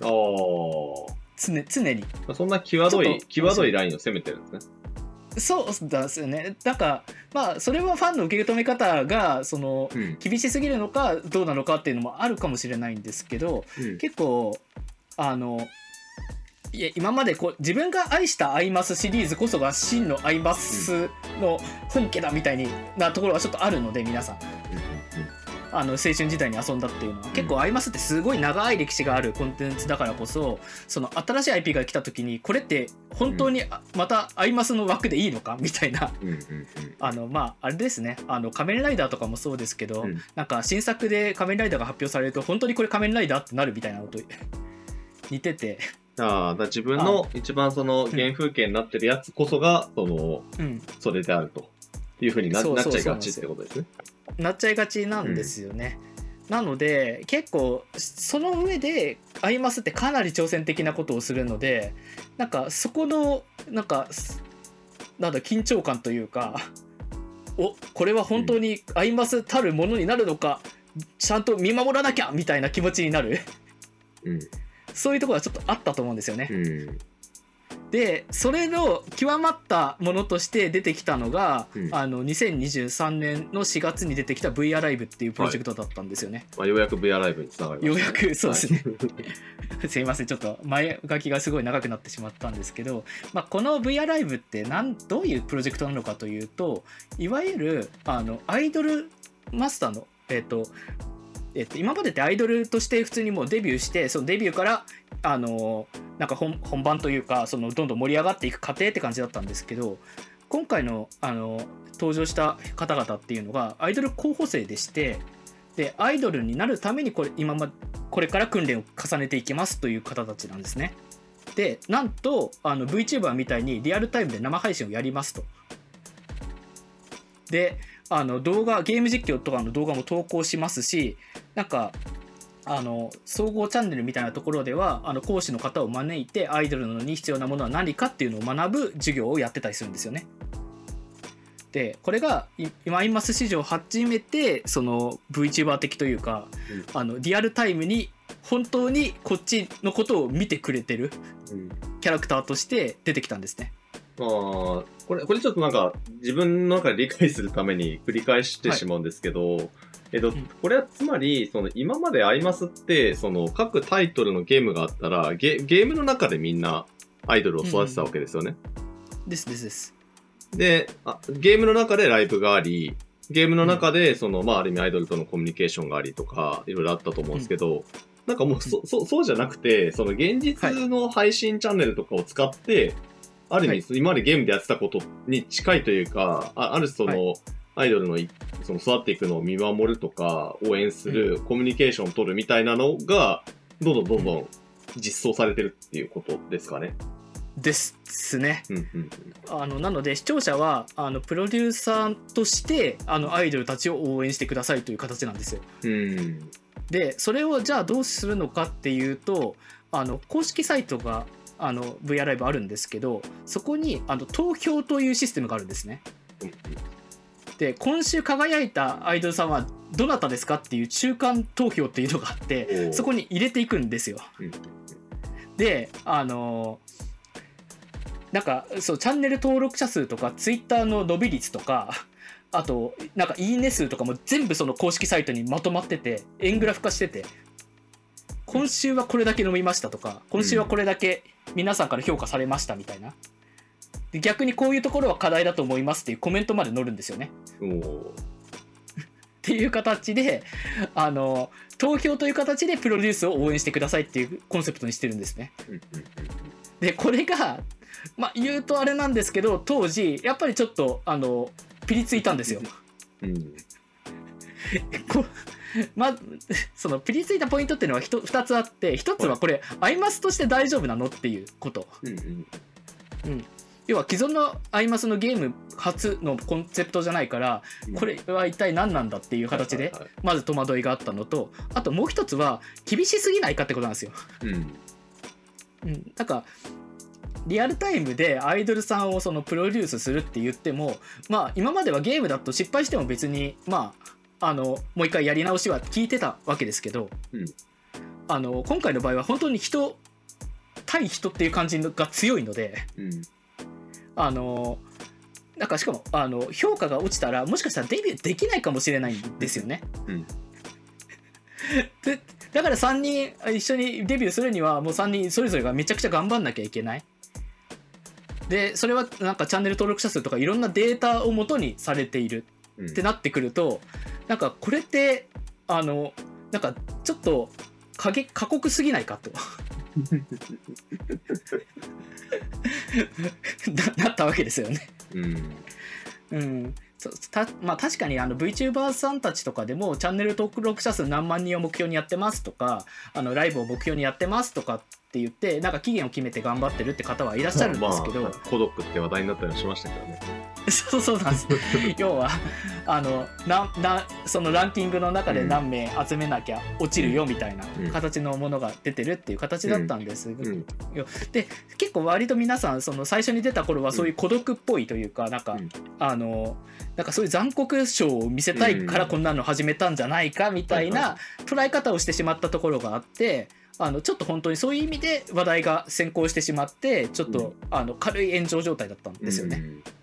常にそんな際どいラインを攻めてるんですね。 そうですよね。なんかそれはファンの受け止め方がその、厳しすぎるのかどうなのかっていうのもあるかもしれないんですけど、結構いや今まで自分が愛したアイマスシリーズこそが真のアイマスの本家だみたいなところがちょっとあるので、皆さん青春時代に遊んだっていうのは結構アイマスってすごい長い歴史があるコンテンツだからこそ、その新しい IP が来た時にこれって本当にまたアイマスの枠でいいのかみたいな、あれですね、仮面ライダーとかもそうですけど、なんか新作で仮面ライダーが発表されると本当にこれ仮面ライダーってなるみたいなのと似てて、 だ自分の一番その原風景になってるやつこそがそれであるというふうになっちゃいがちってことですね。 なっちゃいがちなんですよね。なので結構その上でアイマスってかなり挑戦的なことをするので、なんかそこのなんだ緊張感というか、これは本当にアイマスたるものになるのか、ちゃんと見守らなきゃみたいな気持ちになる、そういうところはちょっとあったと思うんですよね。でそれの極まったものとして出てきたのが、2023年の4月に出てきた VR ライブっていうプロジェクトだったんですよね。 ようやく VR ライブにつながりました。 ようやくそうですね、すいません、ちょっと前書きがすごい長くなってしまったんですけど、この VR ライブってどういうプロジェクトなのかというと、いわゆるアイドルマスターの今までってアイドルとして普通にもうデビューして、そのデビューからなんか本番というかそのどんどん盛り上がっていく過程って感じだったんですけど、今回の登場した方々っていうのがアイドル候補生でして、でアイドルになるためにこれから訓練を重ねていきますという方たちなんですね。でなんとVTuber みたいにリアルタイムで生配信をやりますと。でゲーム実況とかの動画も投稿しますし、なんか総合チャンネルみたいなところでは講師の方を招いてアイドルのに必要なものは何かっていうのを学ぶ授業をやってたりするんですよね。でこれが今アイマス史上初めてその VTuber 的というか、リアルタイムに本当にこっちのことを見てくれてるキャラクターとして出てきたんですね。 これちょっとなんか自分の中で理解するために繰り返してしまうんですけど、これはつまりその今までアイマスってその各タイトルのゲームがあったらゲームの中でみんなアイドルを育てたわけですよね。です。でゲームの中でライブがあり、ゲームの中でそのある意味アイドルとのコミュニケーションがありとかいろいろあったと思うんですけど、なんかもうそうじゃなくて、その現実の配信チャンネルとかを使って、ある意味今までゲームでやってたことに近いというか、あるそのアイドルのその育っていくのを見守るとか応援する、コミュニケーションを取るみたいなのがどんどん実装されてるっていうことですかね。 ですね。なので視聴者はプロデューサーとしてアイドルたちを応援してくださいという形なんですよ。でそれをじゃあどうするのかっていうと、公式サイトがVR ライブあるんですけど、そこに投票というシステムがあるんですね。で今週輝いたアイドルさんはどなたですかっていう中間投票っていうのがあって、そこに入れていくんですよ。でなんかそうチャンネル登録者数とかツイッターの伸び率とか、あとなんかいいね数とかも全部その公式サイトにまとまってて円グラフ化してて、今週はこれだけ伸びましたとか、今週はこれだけ皆さんから評価されましたみたいな。で逆にこういうところは課題だと思いますっていうコメントまで載るんですよね。っていう形で投票という形でプロデュースを応援してくださいっていうコンセプトにしてるんですね。でこれが言うとあれなんですけど、当時やっぱりちょっとピリついたんですよ。そのピリついたポイントっていうのは2つあって、1つはこれアイマスとして大丈夫なのっていうこと。要は既存のアイマスのゲーム初のコンセプトじゃないから、これは一体何なんだっていう形でまず戸惑いがあったのと、あともう一つは厳しすぎないかってことなんですよ。なんかリアルタイムでアイドルさんをそのプロデュースするって言っても、今まではゲームだと失敗しても別にもう一回やり直しは聞いてたわけですけど、今回の場合は本当に人対人っていう感じが強いので、なんかしかも評価が落ちたらもしかしたらデビューできないかもしれないんですよね。でだから3人一緒にデビューするにはもう3人それぞれがめちゃくちゃ頑張んなきゃいけない。でそれはなんかチャンネル登録者数とかいろんなデータを元にされているってなってくると、なんかこれってなんかちょっと過酷すぎないかとなったわけですよね。確かにVTuber さんたちとかでもチャンネル登録者数何万人を目標にやってますとかライブを目標にやってますとかって言ってなんか期限を決めて頑張ってるって方はいらっしゃるんですけど、 孤独って話題になったりしましたけどね。 そうなんです要はそのランキングの中で何名集めなきゃ落ちるよみたいな形のものが出てるっていう形だったんです、で結構割と皆さんその最初に出た頃はそういう孤独っぽいというか、なんかなんかそういう残酷ショーを見せたいからこんなの始めたんじゃないかみたいな捉え方をしてしまったところがあって、ちょっと本当にそういう意味で話題が先行してしまってちょっと軽い炎上状態だったんですよね。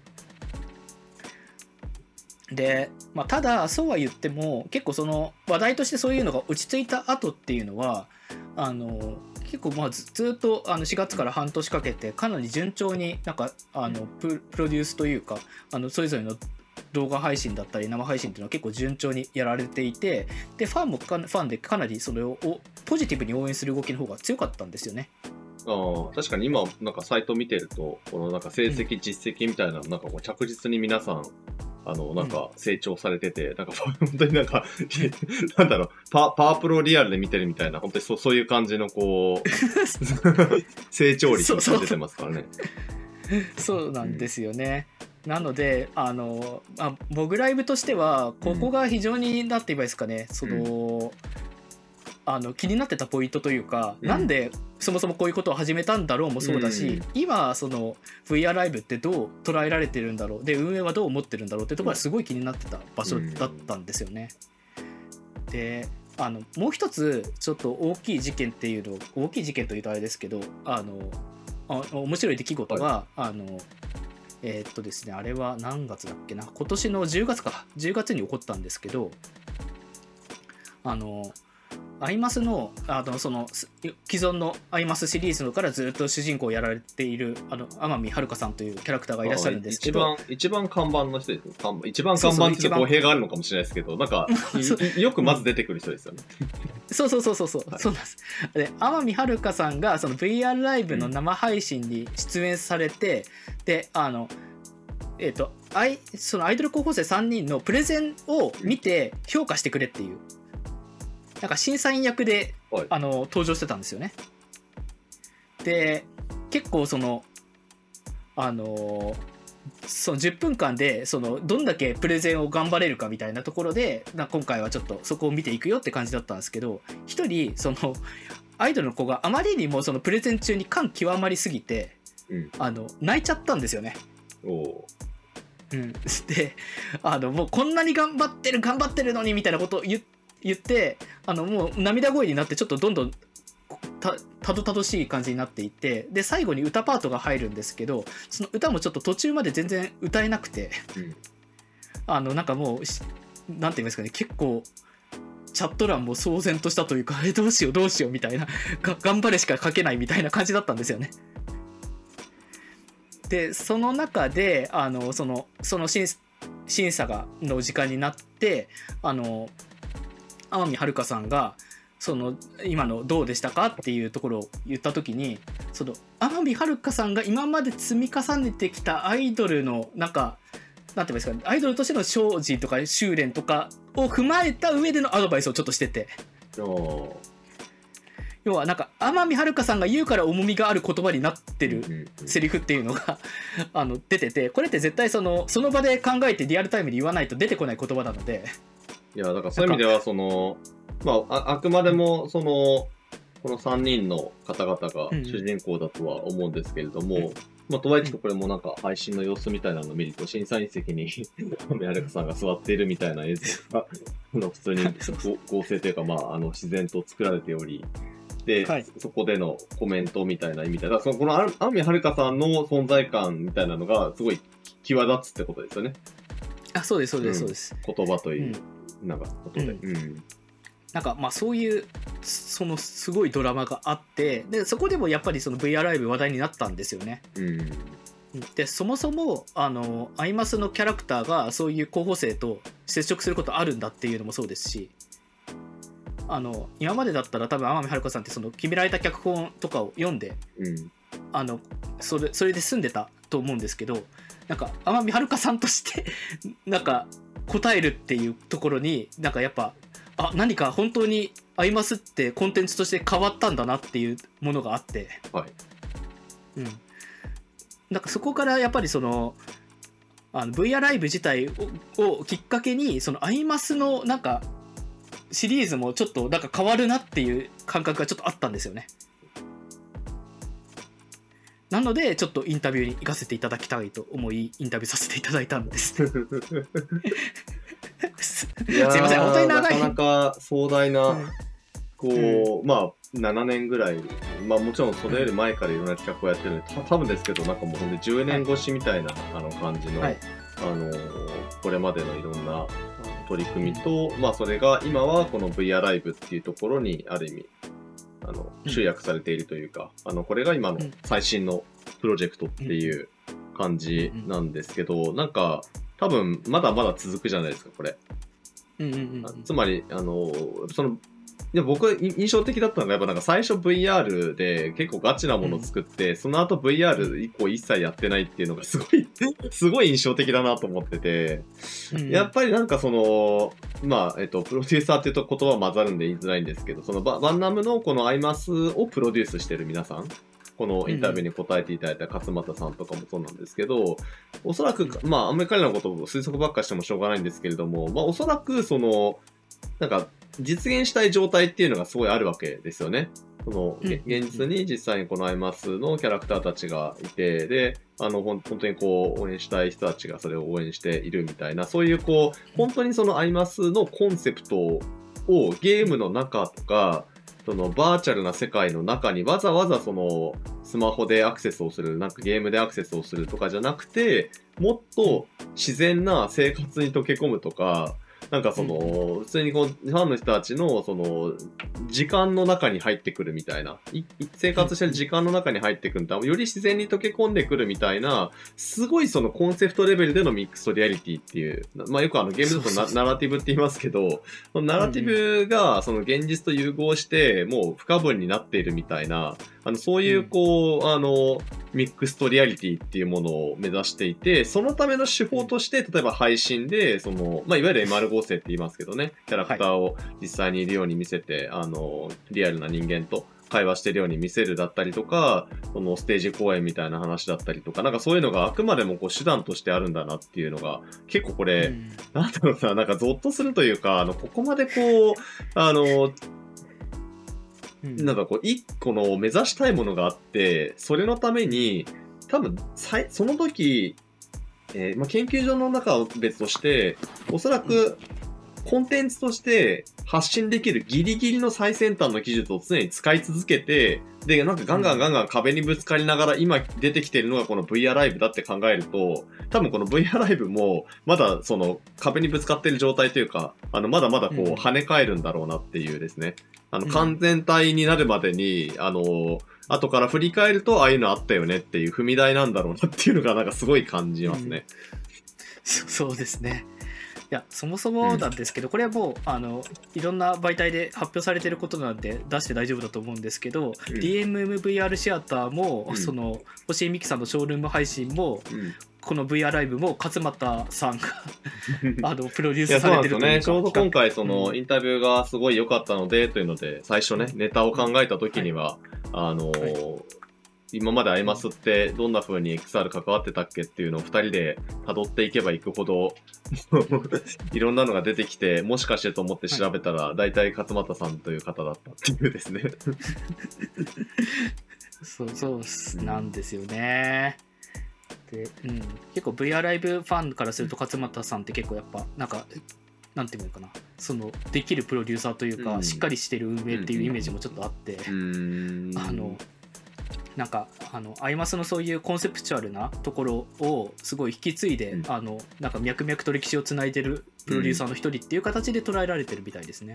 でただそうは言っても結構その話題としてそういうのが落ち着いた後っていうのは結構ずっと4月から半年かけてかなり順調になんかプロデュースというかそれぞれの動画配信だったり生配信っていうのは結構順調にやられていて、でファンもファンでかなりそれをポジティブに応援する動きの方が強かったんですよね。 確かに今なんかサイト見てるとこのなんか成績、実績みたいなのなんかこう着実に皆さんなんか成長されてて、なんか本当になんかなんだろうパワープロリアルで見てるみたいな本当にそういう感じのこう成長率が出てますからね。 そうなんですよね。なので僕ライブとしてはここが非常になんて言えばいいですかね、気になってたポイントというか、なんでそもそもこういうことを始めたんだろうもそうだし、今その VR ライブってどう捉えられてるんだろう、で運営はどう思ってるんだろうってところがすごい気になってた場所だったんですよね。でもう一つちょっと大きい事件っていうの、大きい事件というとあれですけど面白い出来事が、ですね、あれは何月だっけな、今年の10月に起こったんですけど、アイマスのその既存のアイマスシリーズのからずっと主人公をやられている天海遥さんというキャラクターがいらっしゃるんですけど、 一番看板の人ですね。一番看板って語弊があるのかもしれないですけど、なんかよくまず出てくる人ですよね。 そうなんです。で天海遥さんがその VR ライブの生配信に出演されて、でそのアイドル候補生3人のプレゼンを見て評価してくれっていう、なんか審査員役で、登場してたんですよね。で結構その10分間でどんだけプレゼンを頑張れるかみたいなところで今回はちょっとそこを見ていくよって感じだったんですけど、一人そのアイドルの子があまりにもそのプレゼン中に感極まりすぎて、泣いちゃったんですよね。でもうこんなに頑張ってるのにみたいなことを言ってもう涙声になって、ちょっとどんどんたどたどしい感じになっていって、で最後に歌パートが入るんですけど、その歌もちょっと途中まで全然歌えなくて、なんかもうなんて言いますかね、結構チャット欄も騒然としたというか、どうしようみたいな、頑張れしか書けないみたいな感じだったんですよね。でその中でその審査の時間になって、天海遥さんが今のどうでしたかっていうところを言った時に、天海遥さんが今まで積み重ねてきたアイドルのなんて言うんですかね、アイドルとしての精進とか修練とかを踏まえた上でのアドバイスをちょっとしてて、要はなんか天海遥さんが言うから重みがある言葉になってるセリフっていうのが出てて、これって絶対その場で考えてリアルタイムに言わないと出てこない言葉なので、 いやだからそういう意味ではあくまでもこの3人の方々が主人公だとは思うんですけれども、とはいえこれもなんか配信の様子みたいなのを見ると、審査員席に天海遥さんが座っているみたいな映像が普通に合成というか自然と作られており、で、そこでのコメントみたいな意味で、だからこの天海遥さんの存在感みたいなのがすごい際立つってことですよね。 そうです。 言葉というなんかことで、 なんかそういうすごいドラマがあって、でそこでもやっぱりその VR ライブ話題になったんですよね。でそもそもアイマスのキャラクターがそういう候補生と接触することあるんだっていうのもそうですし、今までだったら多分天海遥さんって決められた脚本とかを読んで、それで済んでたと思うんですけど、なんか天海遥さんとしてなんか答えるっていうところになんかやっぱ何か本当にアイマスってコンテンツとして変わったんだなっていうものがあって、なんかそこからやっぱりVR ライブ自体をきっかけにアイマスのなんかシリーズもちょっとなんか変わるなっていう感覚がちょっとあったんですよね。なのでちょっとインタビューに行かせていただきたいと思いインタビューさせていただいたんですすいません、本当に長い。 なかなか壮大な、7年ぐらい、もちろんそれより前からいろんな企画をやってるんで、多分ですけど、なんかもうほんで10年越しみたいな、感じの、これまでのいろんな取り組みと、それが今はこの VR ライブっていうところにある意味集約されているというか、これが今の最新のプロジェクトっていう感じなんですけど、なんか多分まだまだ続くじゃないですかこれ。つまりそのや僕印象的だったのがやっぱなんか最初 VR で結構ガチなものを作って、その後 VR 以降一切やってないっていうのがすごい印象的だなと思ってて、やっぱりなんかそのまあプロデューサーっていうと言葉混ざるんで言いづらいんですけど、そのバンナムのこのアイマスをプロデュースしてる皆さん、このインタビューに答えていただいた勝俣さんとかもそうなんですけど、おそらくまああんまり彼らのことを推測ばっかしてもしょうがないんですけれども、まあおそらくそのなんか実現したい状態っていうのがすごいあるわけですよね。その現実に実際にこのアイマスのキャラクターたちがいて、で本当にこう応援したい人たちがそれを応援しているみたいな、そういうこう本当にそのアイマスのコンセプトをゲームの中とかそのバーチャルな世界の中にわざわざそのスマホでアクセスをする、なんかゲームでアクセスをするとかじゃなくて、もっと自然な生活に溶け込むとか、なんかその普通にこうファンの人たちのその時間の中に入ってくるみたいな、生活してる時間の中に入ってくるみたいな、より自然に溶け込んでくるみたいな、すごいそのコンセプトレベルでのミックストリアリティっていう、まあよくゲームだとナラティブって言いますけど、そのナラティブがその現実と融合してもう不可分になっているみたいな、そういうこうミックストリアリティっていうものを目指していて、そのための手法として例えば配信でその、まあ、いわゆる MR 合成って言いますけどね、キャラクターを実際にいるように見せて、リアルな人間と会話してるように見せるだったりとか、そのステージ公演みたいな話だったりとか、なんかそういうのがあくまでもこう手段としてあるんだなっていうのが結構これ、なんだろうな、なんかゾッとするというか、ここまでこうなんかこう一個の目指したいものがあって、それのために多分その時、まあ、研究所の中は別として、おそらくコンテンツとして発信できるギリギリの最先端の技術を常に使い続けて、で、なんかガンガン壁にぶつかりながら今出てきているのがこの VR ライブだって考えると、多分この VR ライブもまだその壁にぶつかっている状態というか、まだまだこう跳ね返るんだろうなっていうですね。完全体になるまでに、後から振り返るとああいうのあったよねっていう踏み台なんだろうなっていうのがなんかすごい感じますね。 そうですね。いやそもそもなんですけど、これはもういろんな媒体で発表されてることなんで出して大丈夫だと思うんですけど、DMMVR シアターも、その星井美紀さんのショールーム配信も、この VR ライブも勝俣さんがプロデュースされてるというか。 いやそうなんですよね。ちょうど今回そのインタビューがすごい良かったのでというので、最初ねネタを考えた時には、今までアイマスってどんな風に XR 関わってたっけっていうのを2人で辿っていけばいくほどいろんなのが出てきて、もしかしてと思って調べたら、大体勝俣さんという方だったっていうですねそうなんですよね。で、結構 VR ライブファンからすると勝俣さんって結構やっぱなんかなんていうのかな、そのできるプロデューサーというか、しっかりしてる運営っていうイメージもちょっとあって、なんかアイマスのそういうコンセプチュアルなところをすごい引き継いで、なんか脈々と歴史をつないでるプロデューサーの一人っていう形で捉えられてるみたいですね。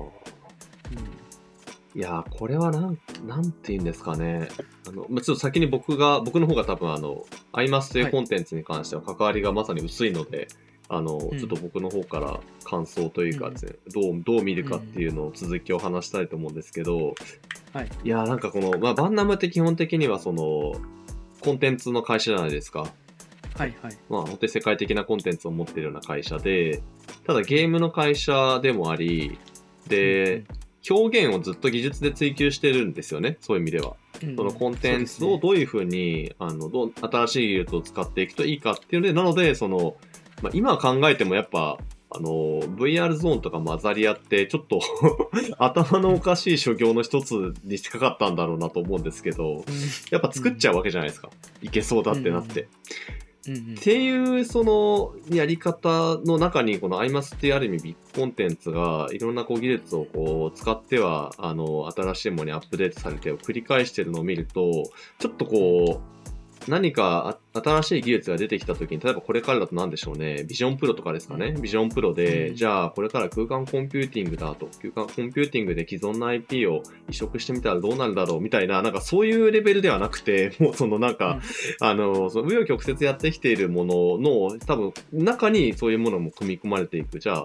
いやこれはなんて言うんですかね。ちょっと先に僕の方が多分アイマスというコンテンツに関しては関わりがまさに薄いので、ちょっと僕の方から感想というかですね、どう見るかっていうのを続きを話したいと思うんですけど、いやなんかこの、まあ、バンナムって基本的にはそのコンテンツの会社じゃないですか。まあ本当に世界的なコンテンツを持っているような会社で、ただゲームの会社でもありで、表現をずっと技術で追求してるんですよね。そういう意味では、そのコンテンツをどういうふうに新しい技術を使っていくといいかっていうので、なのでその、まあ、今考えてもやっぱVR ゾーンとか混ざり合ってちょっと頭のおかしい所業の一つに近かったんだろうなと思うんですけど、やっぱ作っちゃうわけじゃないですか。いけそうだってなって。っていうそのやり方の中にこのアイマスっていうある意味ビッグコンテンツがいろんなこう技術をこう使っては新しいものにアップデートされてを繰り返してるのを見ると、ちょっとこう何か新しい技術が出てきたときに、例えばこれからだと何でしょうね、ビジョンプロとかですかね。ビジョンプロで、じゃあこれから空間コンピューティングだと、空間コンピューティングで既存の IP を移植してみたらどうなるだろうみたいな、なんかそういうレベルではなくて、もうそのなんか、その紆余曲折やってきているものの多分中にそういうものも組み込まれていく。じゃあ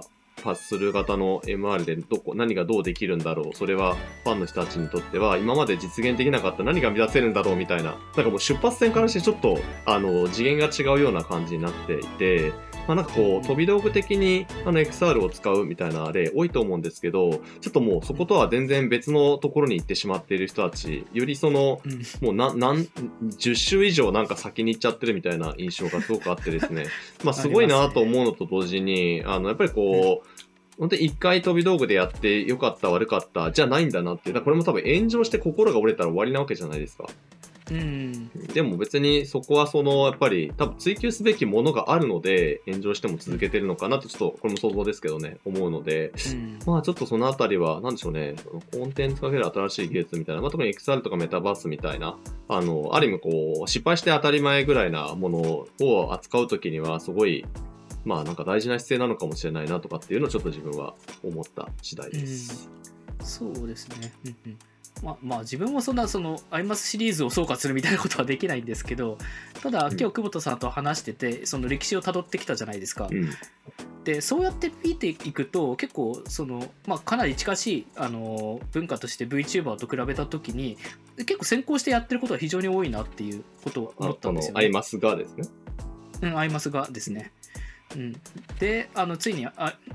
パススルー型の MR で何がどうできるんだろう、それはファンの人たちにとっては今まで実現できなかった何が生み出せるんだろうみたいな、なんかもう出発点からしてちょっと次元が違うような感じになっていて、なんかこう飛び道具的にXR を使うみたいな例多いと思うんですけど、ちょっともうそことは全然別のところに行ってしまっている人たち、よりその、もう10種以上なんか先に行っちゃってるみたいな印象がすごくあってですねすごいなと思うのと同時にやっぱりこう、本当に一回飛び道具でやって良かった悪かったじゃないんだなっていう、これも多分炎上して心が折れたら終わりなわけじゃないですか。でも別にそこはやっぱり多分追求すべきものがあるので炎上しても続けてるのかなと、ちょっとこれも想像ですけどね、思うので、ちょっとそのあたりはなんでしょうね、コンテンツかける新しい技術みたいな、特に XR とかメタバースみたいなある意味こう失敗して当たり前ぐらいなものを扱うときにはすごいなんか大事な姿勢なのかもしれないなとかっていうのをちょっと自分は思った次第です。 そうですね。自分もそんなアイマスシリーズを総括するみたいなことはできないんですけど、ただ今日久保田さんと話しててその歴史をたどってきたじゃないですか。でそうやって見ていくと結構かなり近しい文化として VTuber と比べた時に結構先行してやってることが非常に多いなっていうことを思ったんですよね。 アイマスがですね。 アイマスがですね。でついに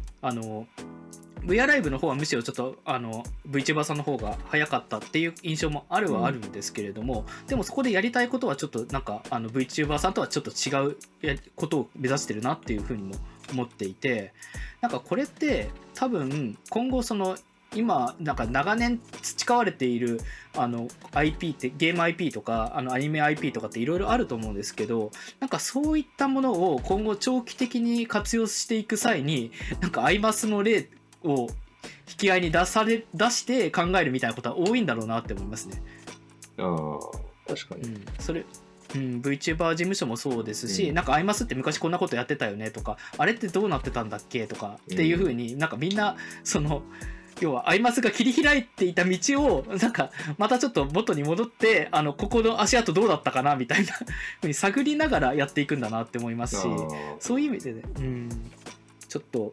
VR ライブの方はむしろちょっとVTuber さんの方が早かったっていう印象もあるはあるんですけれども、でもそこでやりたいことはちょっとなんかVTuber さんとはちょっと違うことを目指してるなっていうふうにも思っていて、なんかこれって多分今後今なんか長年培われているIP ってゲーム IP とかアニメ IP とかっていろいろあると思うんですけど、なんかそういったものを今後長期的に活用していく際になんかアイマスの例を引き合いに出して考えるみたいなことは多いんだろうなって思いますね。 確かに、 それVTuber 事務所もそうですし、なんかアイマスって昔こんなことやってたよねとか、あれってどうなってたんだっけとかっていう風になんかみんな要はアイマスが切り開いていた道をなんかまたちょっと元に戻ってここの足跡どうだったかなみたいな風に探りながらやっていくんだなって思いますし、そういう意味でね、ちょっと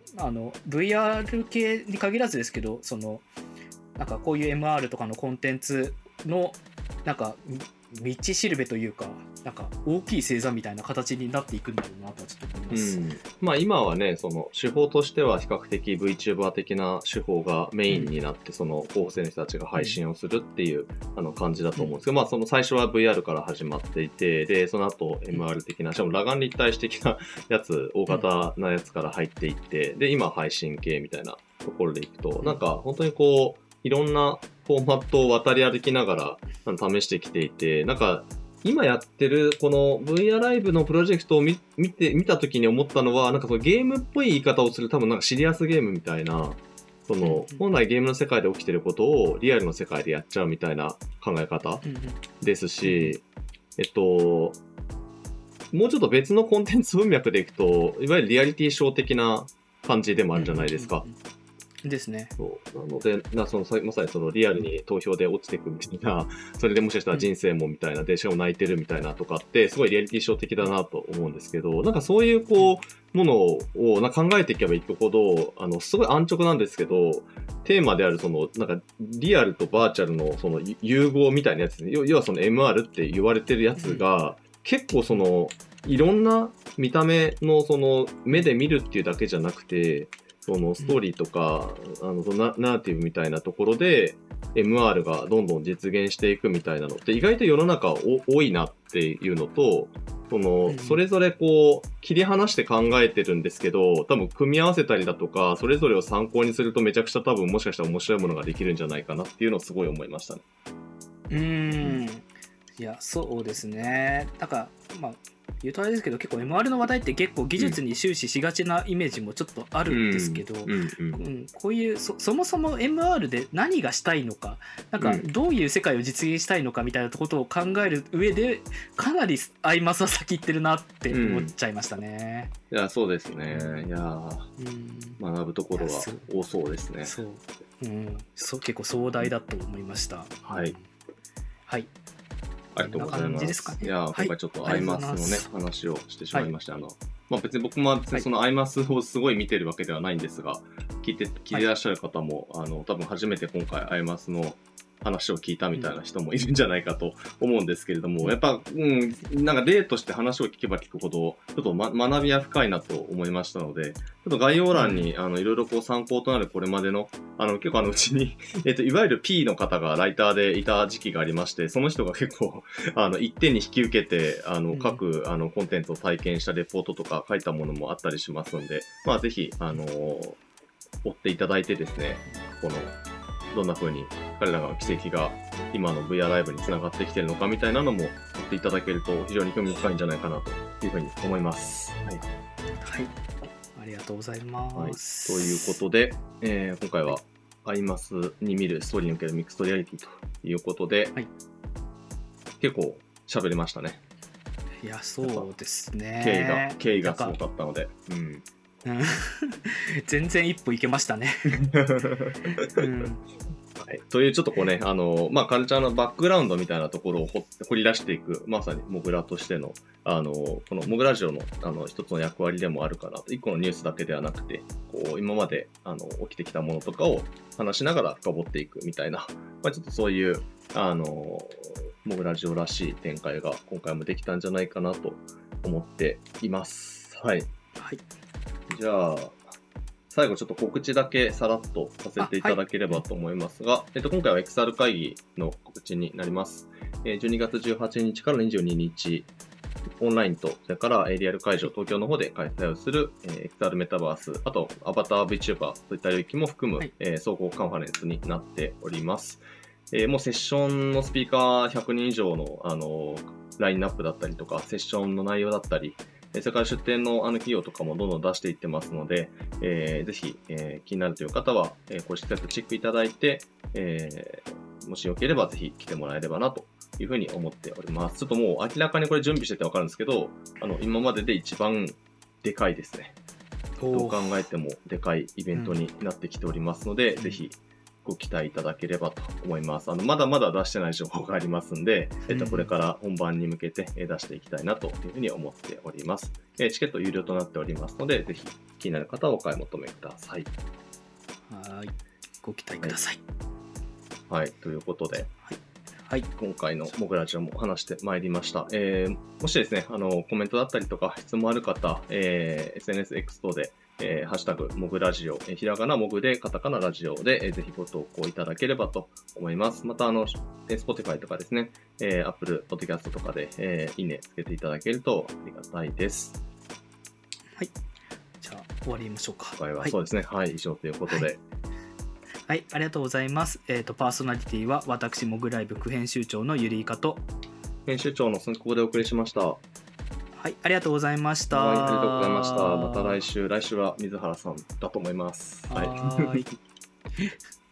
VR 系に限らずですけどなんかこういう MR とかのコンテンツのなんか道しるべというか、なんか大きい星座みたいな形になっていくんだろうなとはちょっと思います。 今はね手法としては比較的 VTuber 的な手法がメインになって、候補生の人たちが配信をするっていう感じだと思うんですけど、最初は VR から始まっていて、でその後 MR 的なしかも裸眼立体視的なやつ、大型なやつから入っていって、で今配信系みたいなところでいくと、なんか本当にこういろんなフォーマットを渡り歩きながら試してきていて、なんか今やってるこの VR ライブのプロジェクトを見た時に思ったのは、なんかゲームっぽい言い方をする、多分なんかシリアスゲームみたいな、本来ゲームの世界で起きてることをリアルの世界でやっちゃうみたいな考え方ですし、もうちょっと別のコンテンツ文脈でいくと、いわゆるリアリティショー的な感じでもあるじゃないですか。 ですね。 なのでまさにリアルに投票で落ちていくみたいな、それでもしかしたら人生もみたいな、でしかも泣いてるみたいなとかってすごいリアリティショー的だなと思うんですけど、なんかそういうものを考えていけばいくほどすごい安直なんですけど、テーマであるなんかリアルとバーチャルの融合みたいなやつ、要はMR って言われてるやつが、結構いろんな見た目の目で見るっていうだけじゃなくて、ストーリーとかナラティブみたいなところで MR がどんどん実現していくみたいなのって意外と世の中多いなっていうのと、それぞれ切り離して考えてるんですけど、多分組み合わせたりだとかそれぞれを参考にするとめちゃくちゃ多分もしかしたら面白いものができるんじゃないかなっていうのをすごい思いましたね。 いやそうですね。なんか言うとあれですけど、結構 MR の話題って結構技術に終始しがちなイメージもちょっとあるんですけど、こういうそもそも MR で何がしたいのか、なんかどういう世界を実現したいのかみたいなことを考える上でかなりアイマスは先行ってるなって思っちゃいましたね。 いやそうですね。いや学ぶところは多そうですね。 結構壮大だと思いました。 はい。ありがとうございます。いや今回ちょっとアイマスのね話をしてしまいました。別に僕もアイマスをすごい見てるわけではないんですが、 聞いていらっしゃる方も、多分初めて今回アイマスの話を聞いたみたいな人もいるんじゃないかと思うんですけれども、やっぱ、なんか例として話を聞けば聞くほど、ちょっと、学びは深いなと思いましたので、ちょっと概要欄に、いろいろこう参考となるこれまでの、結構うちに、いわゆる P の方がライターでいた時期がありまして、その人が結構、一点に引き受けて、各、コンテンツを体験したレポートとか書いたものもあったりしますので、まあ、ぜひ、追っていただいてですね、どんな風に彼らの奇跡が今の VR ライブにつながってきているのかみたいなのも追っていただけると非常に興味深いんじゃないかなというふうに思います。はい。はい、 ありがとうございます。 はい、ということで、今回はアイマスに見るストーリーにおけるミックスリアリティということで、はい、結構喋れましたね。 いや、そうですね。 経緯がすごかったので。 全然一歩いけましたね。 はい、というちょっとこうね、カルチャーのバックグラウンドみたいなところを掘り出していく、まさにモグラとしての、このモグラジオの、一つの役割でもあるかなと、一個のニュースだけではなくて、こう、今まで、起きてきたものとかを話しながら深掘っていくみたいな、ちょっとそういう、モグラジオらしい展開が今回もできたんじゃないかなと思っています。はい。はい。じゃあ、最後ちょっと告知だけさらっとさせていただければと思いますが、今回は XR 会議の告知になります。12月18日から22日、オンラインと、それからリアル会場、東京の方で開催をする XR メタバース、あとアバター VTuber といった領域も含む総合カンファレンスになっております。もうセッションのスピーカー100人以上のラインナップだったりとか、セッションの内容だったり、それから出展の企業とかもどんどん出していってますので、ぜひ、気になるという方は、これしっかりとチェックいただいて、もしよければぜひ来てもらえればなというふうに思っております。ちょっともう明らかにこれ準備しててわかるんですけど、今までで一番でかいですね。どう考えてもでかいイベントになってきておりますので、ぜひご期待いただければと思います。まだまだ出してない情報がありますんで、これから本番に向けて出していきたいなというふうに思っております。チケット有料となっておりますので、ぜひ気になる方はお買い求めください。 はい。ご期待ください。 はい。ということで、 はい。 今回のモグラジオも話してまいりました。もしですね、コメントだったりとか質問ある方、SNSX 等で、ハッシュタグ、モグラジオ、ひらがなモグで、カタカナラジオで、ぜひご投稿いただければと思います。また、Spotify とかですね、Apple Podcast とかで、いいねつけていただけるとありがたいです。 はい。じゃあ、終わりましょうか。 今回はそうですね。はい、以上ということで。 はい、ありがとうございます。パーソナリティは、私、モグライブ副編集長のゆりいかと、 編集長のすんこでお送りしました。 はい、ありがとうございました。 はい、ありがとうございました。また来週は水原さんだと思います。はい。